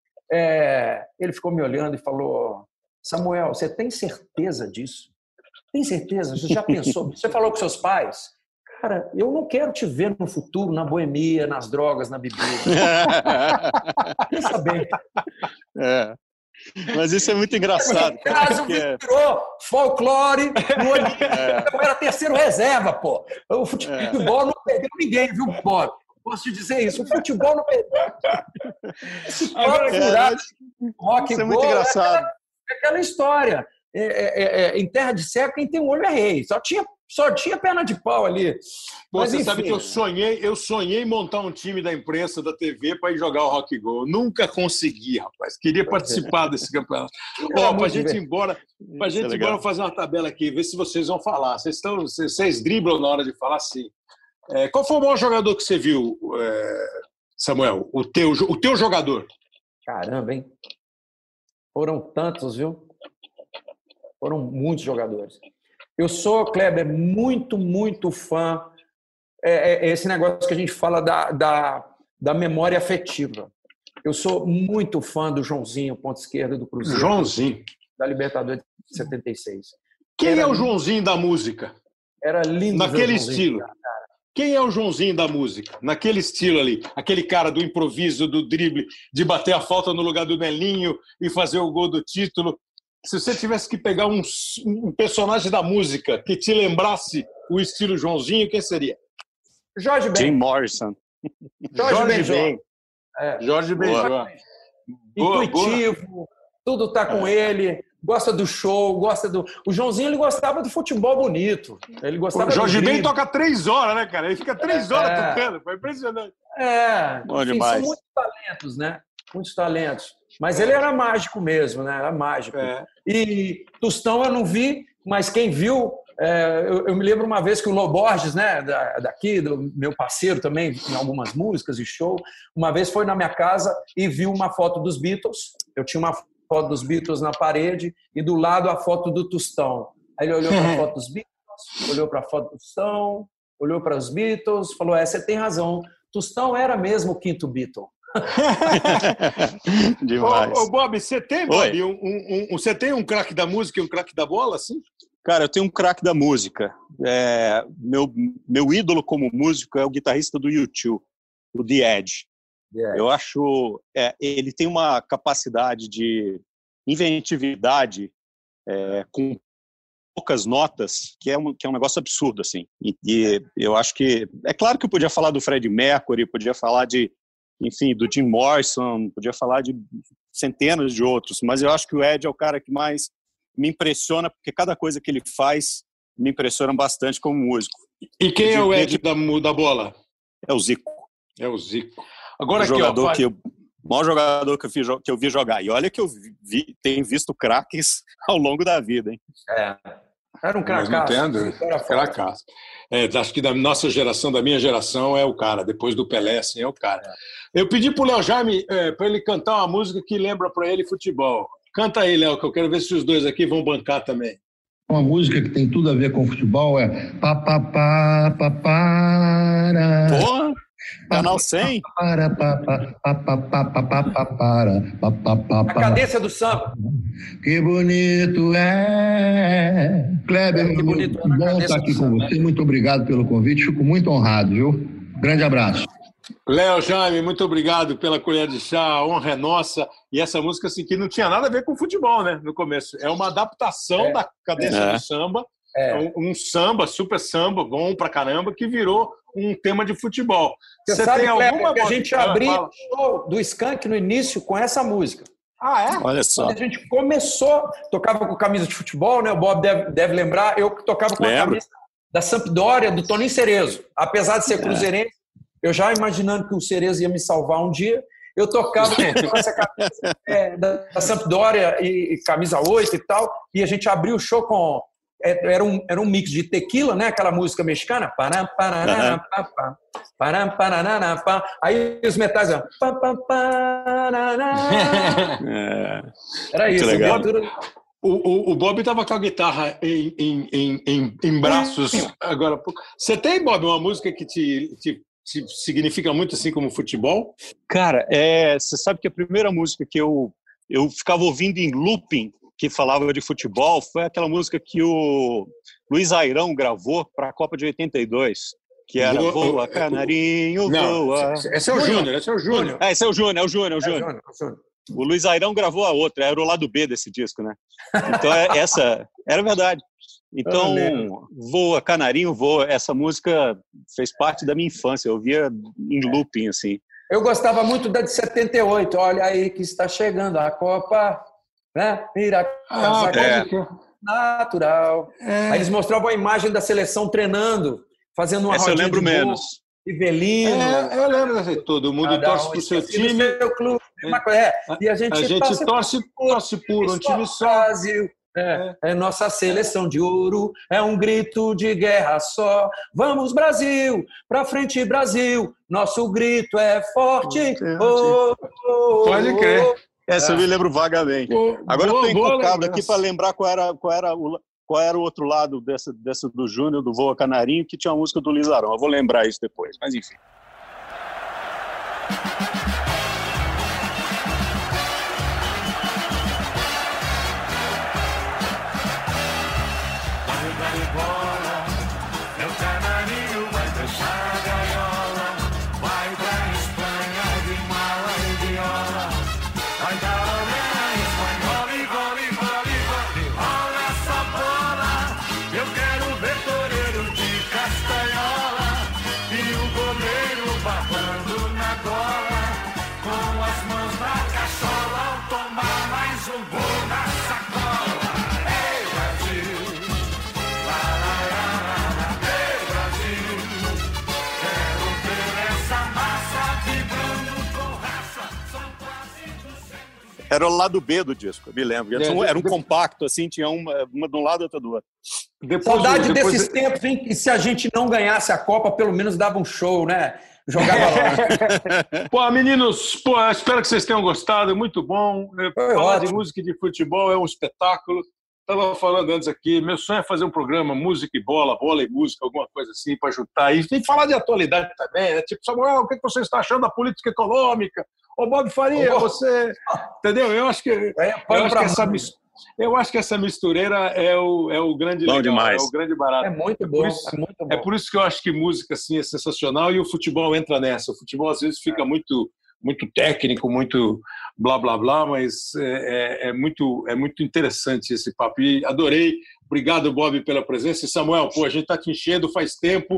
É, ele ficou me olhando e falou, Samuel, você tem certeza disso? Tem certeza? Você já pensou? Você falou com seus pais? Cara, eu não quero te ver no futuro na boemia, nas drogas, na bebida. Pensa bem. É. Mas isso é muito engraçado. No caso, porque... virou folclore no Olímpico. É. Eu era terceiro reserva, pô. O futebol é. não perdeu ninguém, viu, Bob? Posso te dizer isso. O futebol não perdeu. Esse Agora, furado, é, rock isso é muito engraçado. É aquela, é aquela história. É, é, é, em terra de cego, quem tem um olho é rei. Só tinha Só tinha perna de pau ali. Pô, Mas, você enfim. sabe que eu sonhei, eu sonhei em montar um time da imprensa, da T V, para ir jogar o Rock Go. Nunca consegui, rapaz. Queria participar desse campeonato. Ó, para a gente ir embora, para gente ir embora, fazer uma tabela aqui, ver se vocês vão falar. Vocês, estão, vocês, vocês driblam na hora de falar, sim. É, qual foi o maior jogador que você viu, é, Samuel? O teu, o teu jogador? Caramba, hein? Foram tantos, viu? Foram muitos jogadores. Eu sou, Kleber, muito, muito fã. É, é esse negócio que a gente fala da, da, da memória afetiva. Eu sou muito fã do Joãozinho, ponta esquerda do Cruzeiro. Joãozinho. Da Libertadores de setenta e seis. Quem era, é o Joãozinho da música? Era lindo. Naquele estilo. Cara. Quem é o Joãozinho da música? Naquele estilo ali. Aquele cara do improviso, do drible, de bater a falta no lugar do Nelinho e fazer o gol do título. Se você tivesse que pegar um, um personagem da música que te lembrasse o estilo Joãozinho, quem seria? Jorge Ben. Jim Morrison. Jorge, Jorge Ben. É. Jorge Benjó. Intuitivo, boa. Tudo tá com é. ele, gosta do show, gosta do... O Joãozinho, ele gostava do futebol bonito. Ele gostava o Jorge do Ben toca três horas, né, cara? Ele fica três horas é. tocando, foi impressionante. É, Bom enfim, demais. São muitos talentos, né? Muitos talentos. Mas é. ele era mágico mesmo, né? Era mágico. É. E Tostão eu não vi, mas quem viu... É, eu, eu me lembro uma vez que o Lô Borges, né, da, daqui, do meu parceiro também, em algumas músicas e show, uma vez foi na minha casa e viu uma foto dos Beatles. Eu tinha uma foto dos Beatles na parede e do lado a foto do Tostão. Aí ele olhou para a foto dos Beatles, olhou para a foto do Tostão, olhou para os Beatles, falou, é, você tem razão, Tostão era mesmo o quinto Beatle. Demais. Ô, ô, Bob, você tem, Bob, um, um, um, você tem um craque da música e um craque da bola, assim? Cara, eu tenho um craque da música. É, meu, meu ídolo como músico é o guitarrista do U dois, o The Edge. Yeah. Eu acho... É, ele tem uma capacidade de inventividade é, com poucas notas, que é, um, que é um negócio absurdo, assim. E, e eu acho que... É claro que eu podia falar do Freddie Mercury, podia falar de enfim, do Jim Morrison, podia falar de centenas de outros, mas eu acho que o Ed é o cara que mais me impressiona, porque cada coisa que ele faz me impressiona bastante como músico. E quem é o Ed da, da bola? É o Zico. É o Zico. Agora o aqui, jogador ó, que eu, o maior jogador que eu, vi, que eu vi jogar. E olha que eu vi, tenho visto craques ao longo da vida, hein? É. Era um cracaço. Não entendo? Cracaço. É, acho que da nossa geração, da minha geração, é o cara. Depois do Pelé, assim, é o cara. É. Eu pedi pro Léo Jaime é, para ele cantar uma música que lembra para ele futebol. Canta aí, Léo, que eu quero ver se os dois aqui vão bancar também. Uma música que tem tudo a ver com futebol é pa pa pa pa para. Porra, canal cem. Para pa pa pa pa pa pa pa para pa pa pa. A cadência do samba. Que bonito é. Kleber, que bonito é bom estar aqui com você. Muito obrigado pelo convite. Fico muito honrado, viu? Grande abraço. Léo Jaime, muito obrigado pela colher de chá, a honra é nossa. E essa música, assim, que não tinha nada a ver com futebol, né, no começo. É uma adaptação é. da cadência é. do samba, é. um, um samba, super samba, bom pra caramba, que virou um tema de futebol. Você, Você sabe, tem Cleber, alguma... que a gente abria o show do Skank no início com essa música. Ah, é? Olha só. Quando a gente começou, tocava com camisa de futebol, né, o Bob deve, deve lembrar, eu tocava com Lembra. a camisa da Sampdoria, do Toninho Cerezo. Apesar de ser cruzeirense, eu já imaginando que o Cerezo ia me salvar um dia, eu tocava com essa camisa é, da, da Sampdoria e, e camisa oito e tal, e a gente abriu o show com... Era um, era um mix de tequila, né? Aquela música mexicana. Param, paraná, pá, pá, param, paraná, pá. Aí os metais... Ó, pá, pá, paraná. Era isso. Legal. O, o, o Bob estava com a guitarra em, em, em, em, em braços agora. Você tem, Bob, uma música que te... te significa muito assim como futebol? Cara, é, você sabe que a primeira música que eu, eu ficava ouvindo em looping, que falava de futebol, foi aquela música que o Luiz Airão gravou para a Copa de oitenta e dois, que era Voa, Voa Canarinho, não, Voa... Esse é o Júnior, esse é o Júnior. É, esse é o Júnior, é o Júnior, é o Júnior. O Luiz Airão gravou a outra, era o lado B desse disco, né? Então, essa era verdade. Então, Voa, Canarinho, Voa, essa música fez parte da minha infância, eu ouvia em looping, assim. Eu gostava muito da de setenta e oito, olha aí que está chegando a Copa, né? Mira, ah, é. natural. É. Aí eles mostravam a imagem da seleção treinando, fazendo uma essa rodinha eu lembro de menos. Rivelino. É, eu lembro assim, todo mundo Cada torce um pro seu time. Seu clube, é. E a gente, a gente torce, torce, torce por um time só. Brasil. É, é nossa seleção de ouro, é um grito de guerra só. Vamos, Brasil, pra frente, Brasil. Nosso grito é forte. Oh, oh, Pode crer. Essa eu me lembro vagamente. Oh, Agora boa, eu tô encocado aqui para lembrar qual era, qual, era o, qual era o outro lado dessa, dessa do Júnior, do Voa Canarinho, que tinha a música do Luiz Airão. Eu vou lembrar isso depois, mas enfim. Era o lado B do disco, eu me lembro. Era um, era um compacto, assim, tinha uma, uma de um lado e outra do outro. Depois, Saudade depois... desses tempos em que se a gente não ganhasse a Copa, pelo menos dava um show, né? Jogava lá. Pô, meninos, pô, espero que vocês tenham gostado, muito bom. Foi Falar ótimo. de música e de futebol é um espetáculo. Estava falando antes aqui, meu sonho é fazer um programa música e bola, bola e música, alguma coisa assim, para juntar. E tem que falar de atualidade também, né? Tipo, Samuel, o que você está achando da política econômica? Ô, Bob Faria, Ô, você... Entendeu? Eu acho que, é, eu acho que essa mistura... Eu acho que essa mistureira é o, é o grande bom legal, demais. É o grande barato. É muito bom, é, isso, é muito bom. É por isso que eu acho que música assim, é sensacional e o futebol entra nessa. O futebol às vezes fica é. muito, muito técnico, muito blá, blá, blá, mas é, é, é, muito, é muito interessante esse papo. E adorei. Obrigado, Bob, pela presença. E Samuel, pô, a gente está te enchendo faz tempo.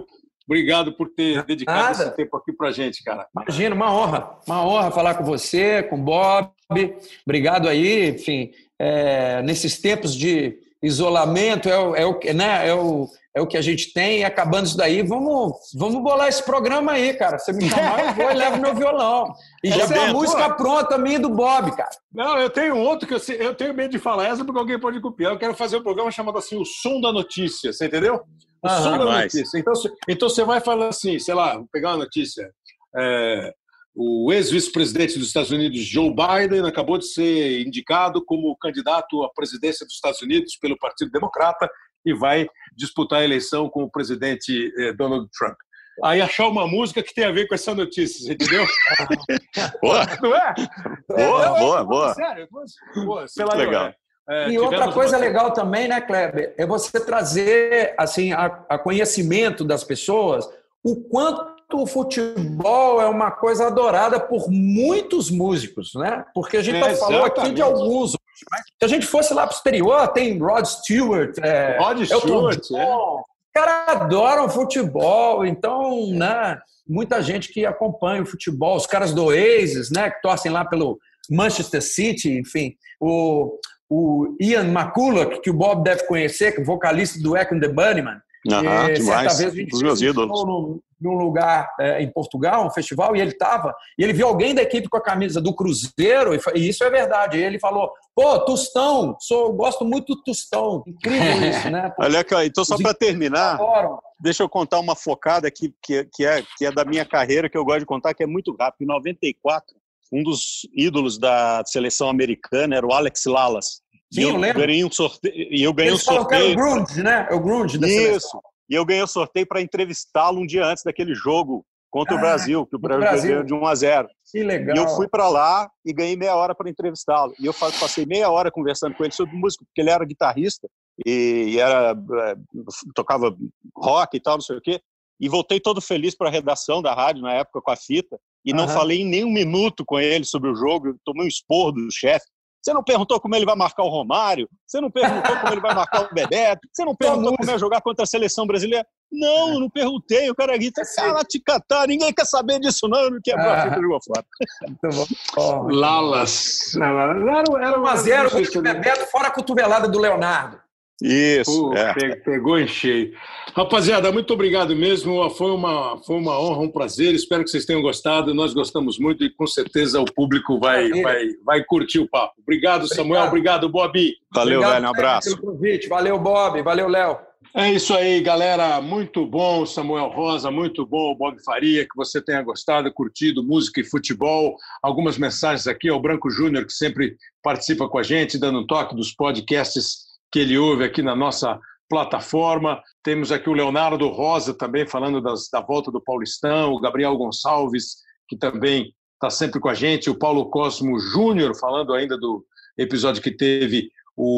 Obrigado por ter dedicado Nada. esse tempo aqui pra gente, cara. Imagina, uma honra. Uma honra falar com você, com o Bob. Obrigado aí, enfim, é, nesses tempos de isolamento, é o, é, o, né, é, o, é o que a gente tem, e acabando isso daí, vamos, vamos bolar esse programa aí, cara. Você me chamar, eu vou e levo meu violão. E já tem a música pronta minha e do Bob, cara. Não, eu tenho outro que eu, eu tenho medo de falar essa porque alguém pode copiar. Eu quero fazer um programa chamado assim, O Som da Notícia, você entendeu? O Aham, Som da mais. Notícia. Então, então você vai falar assim, sei lá, vou pegar uma notícia. É, o ex-vice-presidente dos Estados Unidos, Joe Biden, acabou de ser indicado como candidato à presidência dos Estados Unidos pelo Partido Democrata e vai disputar a eleição com o presidente eh, Donald Trump. Aí achar uma música que tem a ver com essa notícia, você entendeu? Boa, Não é? boa, é, boa, boa. Sério, boa, sei lá, Legal. é, E outra tivemos coisa uma- legal também, né, Kleber, é você trazer assim, a, a conhecimento das pessoas o quanto o futebol é uma coisa adorada por muitos músicos, né? Porque a gente É, tá falando aqui de exatamente. alguns. Mas se a gente fosse lá para o exterior, tem Rod Stewart, é, Rod Elton Stewart, John. é. Os caras adoram futebol, então, né? Muita gente que acompanha o futebol, os caras do Oasis, né? Que torcem lá pelo Manchester City, enfim. O, o Ian McCulloch, que o Bob deve conhecer, que é o vocalista do Echo and the Bunnymen. Aham, É, demais. certa vez a gente Dos meus fez um ídolos. show num, num lugar é, em Portugal, um festival, e ele estava, e ele viu alguém da equipe com a camisa do Cruzeiro, e, fa- e isso é verdade. E ele falou: pô, Tostão, sou, gosto muito do Tostão. Incrível isso, né? Olha aqui, ó, então só Os para terminar, adoram. deixa eu contar uma focada aqui, que, que, é, que é da minha carreira, que eu gosto de contar, que é muito rápido. Em noventa e quatro, um dos ídolos da seleção americana era o Alex Lalas. Sim, e eu, eu lembro. ganhei um sorteio, e eu ganhei um Eles falam que era o sorteio. grunge, né? É o grunge da seleção. Isso. E eu ganhei o sorteio para entrevistá-lo um dia antes daquele jogo contra Ah, o Brasil, que o contra o Brasil Brasil. ganhou de um a zero. Que legal. E eu fui para lá e ganhei meia hora para entrevistá-lo. E eu fa- passei meia hora conversando com ele sobre música, porque ele era guitarrista e, e era, é, tocava rock e tal, não sei o quê. E voltei todo feliz para a redação da rádio, na época, com a fita, e não Aham. falei em nem um minuto com ele sobre o jogo. Eu tomei um esporro do chefe. Você não perguntou como ele vai marcar o Romário? Você não perguntou como ele vai marcar o Bebeto? Você não perguntou como é jogar contra a seleção brasileira? Não, eu não perguntei. O cara grita, cala te catar, ninguém quer saber disso não, eu não quebrou a fita e jogou fora. Muito bom. Lalas. Não, era, era um a zero, não sei o se- Bebeto, fora a cotovelada do Leonardo. Isso, Pô, é. pe- Pegou em cheio. Rapaziada, muito obrigado mesmo. Foi uma, foi uma honra, um prazer. Espero que vocês tenham gostado. Nós gostamos muito e com certeza o público vai, Maravilha. vai, vai curtir o papo. Obrigado, Samuel. Obrigado, Bob. Valeu, Obrigado, velho, um abraço. Pelo convite. Valeu, Bob. Valeu, Léo. É isso aí, galera. Muito bom, Samuel Rosa. Muito bom, Bob Faria. Que você tenha gostado, curtido música e futebol. Algumas mensagens aqui ao Branco Júnior, que sempre participa com a gente, dando um toque dos podcasts que ele ouve aqui na nossa plataforma. Temos aqui o Leonardo Rosa também falando das, da volta do Paulistão, o Gabriel Gonçalves, que também está sempre com a gente, o Paulo Cosmo Júnior falando ainda do episódio que teve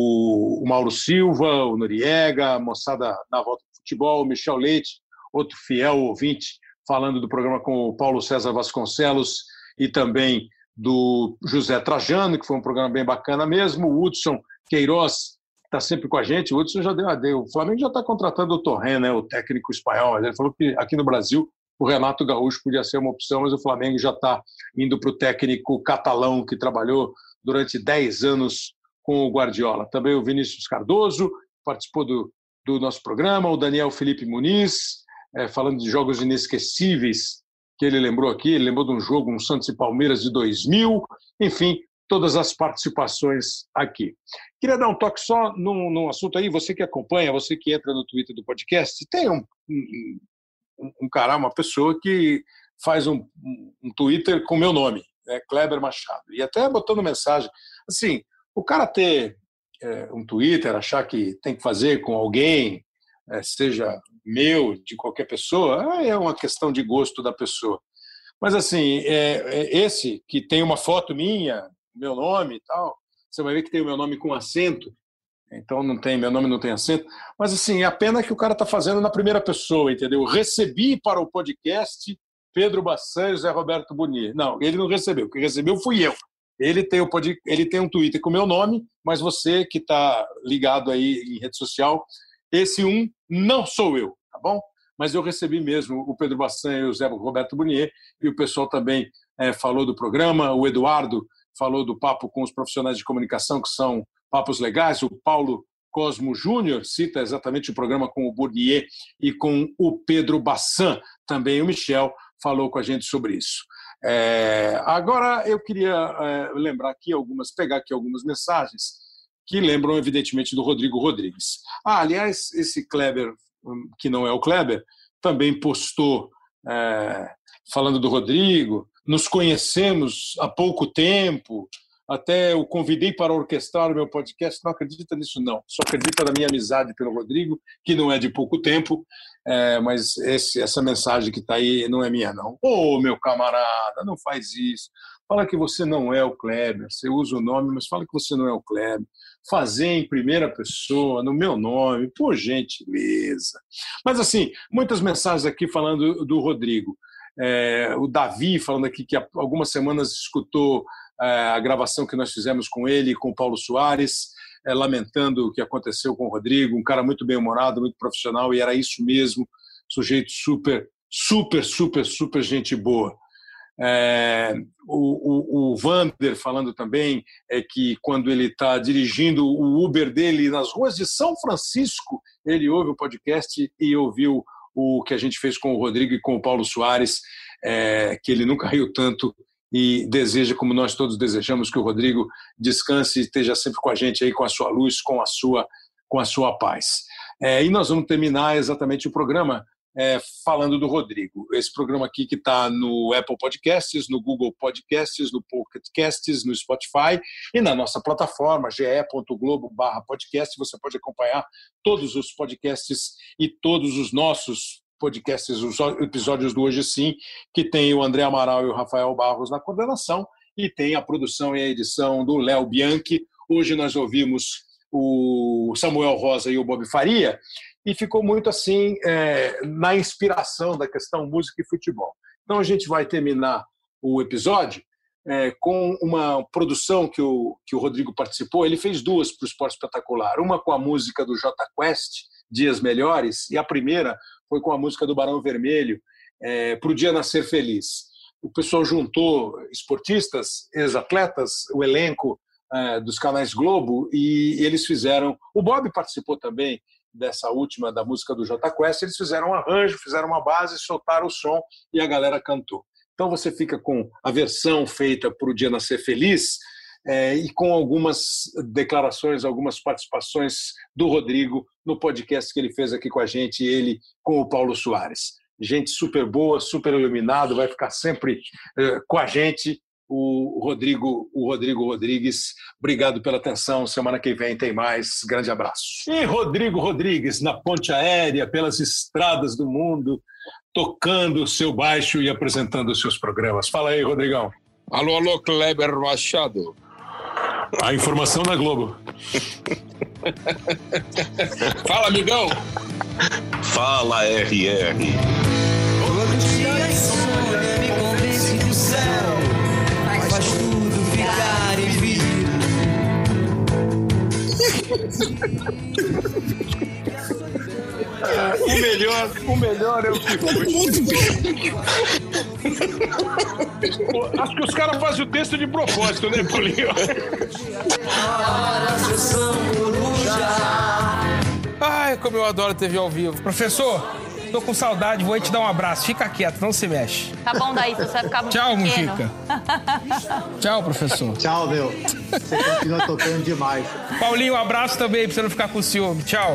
o, o Mauro Silva, o Noriega, a moçada na volta do futebol, o Michel Leite, outro fiel ouvinte, falando do programa com o Paulo César Vasconcelos e também do José Trajano, que foi um programa bem bacana mesmo, o Hudson Queiroz, está sempre com a gente. O Hudson já deu a deu. O Flamengo já está contratando o Torren, né, o técnico espanhol. Ele falou que aqui no Brasil o Renato Gaúcho podia ser uma opção, mas o Flamengo já está indo para o técnico catalão que trabalhou durante dez anos com o Guardiola. Também o Vinícius Cardoso participou do, do nosso programa, o Daniel Felipe Muniz, é, falando de jogos inesquecíveis que ele lembrou aqui. Ele lembrou de um jogo, um Santos e Palmeiras de dois mil. Enfim, todas as participações aqui. Queria dar um toque só num, num assunto aí, você que acompanha, você que entra no Twitter do podcast, tem um, um, um cara, uma pessoa que faz um, um, um Twitter com meu nome, né, Kleber Machado, e até botando mensagem. Assim, o cara ter é, um Twitter, achar que tem que fazer com alguém, é, seja meu, de qualquer pessoa, é uma questão de gosto da pessoa. Mas assim, é, é esse que tem uma foto minha, meu nome e tal, você vai ver que tem o meu nome com acento, então não tem, meu nome não tem acento, mas assim, é a pena que o cara está fazendo na primeira pessoa, entendeu? Recebi para o podcast Pedro Bassan e José Roberto Bonnier. Não, ele não recebeu, quem recebeu fui eu. Ele tem, o pod... ele tem um Twitter com o meu nome, mas você que está ligado aí em rede social, esse um não sou eu, tá bom? mas eu recebi mesmo o Pedro Bassan e o Zé Roberto Bonier, e o pessoal também é, falou do programa, o Eduardo falou do papo com os profissionais de comunicação, que são papos legais, o Paulo Cosmo Júnior cita exatamente o programa com o Bonier e com o Pedro Bassan, também o Michel falou com a gente sobre isso. É, agora eu queria é, lembrar aqui algumas, pegar aqui algumas mensagens que lembram evidentemente do Rodrigo Rodrigues. Ah, aliás, esse Kleber, que não é o Kleber, também postou é, falando do Rodrigo, nos conhecemos há pouco tempo, até o convidei para orquestrar o meu podcast, não acredita nisso não, só acredita na minha amizade pelo Rodrigo, que não é de pouco tempo, é, mas esse, essa mensagem que está aí não é minha não. Ô, oh, meu camarada, não faz isso, fala que você não é o Kleber, você usa o nome, mas fala que você não é o Kleber, fazer em primeira pessoa, no meu nome, por gentileza. Mas assim, muitas mensagens aqui falando do Rodrigo, é, o Davi falando aqui que há algumas semanas escutou a gravação que nós fizemos com ele e com o Paulo Soares, é, lamentando o que aconteceu com o Rodrigo, um cara muito bem-humorado, muito profissional, e era isso mesmo, sujeito super, super, super, super gente boa. É, o, o, o Vander falando também é que quando ele está dirigindo o Uber dele nas ruas de São Francisco, ele ouve o podcast e ouviu o que a gente fez com o Rodrigo e com o Paulo Soares, é, que ele nunca riu tanto, e deseja, como nós todos desejamos, que o Rodrigo descanse e esteja sempre com a gente aí, com a sua luz, com a sua, com a sua paz. É, e nós vamos terminar exatamente o programa é, falando do Rodrigo. Esse programa aqui que está no Apple Podcasts, no Google Podcasts, no Pocket Casts, no Spotify e na nossa plataforma ge ponto globo barra podcast. Você pode acompanhar todos os podcasts e todos os nossos podcasts, os episódios do Hoje Sim, que tem o André Amaral e o Rafael Barros na coordenação e tem a produção e a edição do Léo Bianchi. Hoje nós ouvimos o Samuel Rosa e o Bob Faria e ficou muito assim é, na inspiração da questão música e futebol. Então a gente vai terminar o episódio é, com uma produção que o, que o Rodrigo participou. Ele fez duas para o Esporte Espetacular, uma com a música do Jota Quest, Dias Melhores, e a primeira foi com a música do Barão Vermelho, é, para o Dia Nascer Feliz. O pessoal juntou esportistas, ex-atletas, o elenco é, dos canais Globo, e eles fizeram... O Bob participou também dessa última, da música do Jota Quest, eles fizeram um arranjo, fizeram uma base, soltaram o som e a galera cantou. Então você fica com a versão feita para o Dia Nascer Feliz, É, e com algumas declarações, algumas participações do Rodrigo no podcast que ele fez aqui com a gente, ele com o Paulo Soares. Gente super boa, super iluminado, vai ficar sempre eh, com a gente, o Rodrigo, o Rodrigo Rodrigues. Obrigado pela atenção, semana que vem tem mais. Grande abraço. E Rodrigo Rodrigues, na ponte aérea, pelas estradas do mundo, tocando o seu baixo e apresentando os seus programas. Fala aí, Rodrigão. Alô, alô, Kleber Machado. A informação da Globo. Fala, amigão. Fala, R R. Todos os dias sonha, me convence do céu, faz tudo ficar em vida. O melhor, o melhor é o que foi. Acho que os caras fazem o texto de propósito, né, Paulinho? Ai, como eu adoro T V ao vivo. Professor, tô com saudade, vou aí te dar um abraço. Fica quieto, não se mexe. Tá bom daí, você vai ficar muito Tchau, pequeno. Mujica. Tchau, professor. Tchau, meu. Você continua tocando demais. Paulinho, um abraço também, pra você não ficar com ciúme. Tchau.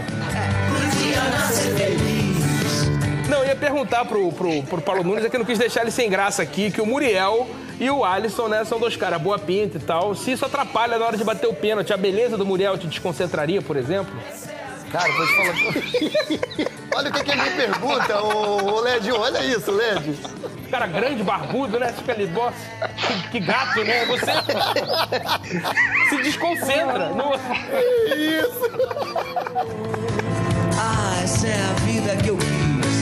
Não, eu ia perguntar pro, pro, pro Paulo Nunes, é que eu não quis deixar ele sem graça aqui, que o Muriel e o Alisson, né, são dois caras boa pinta e tal. Se isso atrapalha na hora de bater o pênalti, a beleza do Muriel te desconcentraria, por exemplo? Cara, vou te falar... Olha o que, que ele me pergunta, ô, ô Led, olha isso, Led. Cara grande, barbudo, né? Fica ali, boss. Que, que gato, né? Você se desconcentra. No... Isso. Ah, essa é a vida que eu quis.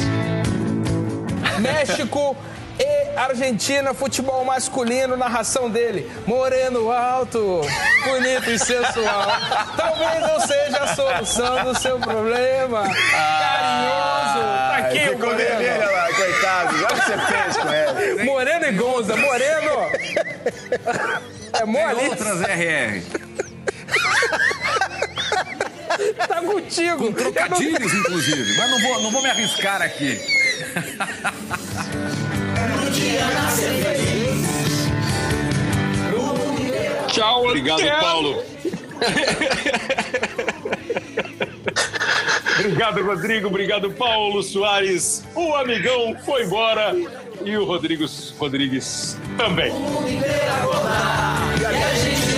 México e Argentina, futebol masculino, narração dele. Moreno alto, bonito e sensual. Talvez eu seja a solução do seu problema. Carinhoso. Tá Branquinho, ficou moreno. vermelha lá, coitado. Olha o que você fez com ela. Moreno e Gonza, Moreno! É mole? Tem outras R R. Tá contigo. Com trocadilhos, inclusive. Mas não vou, não vou me arriscar aqui. Tchau, Obrigado, até. Paulo. Obrigado, Rodrigo. Obrigado, Paulo Soares. O amigão foi embora e o Rodrigo Rodrigues também. E a gente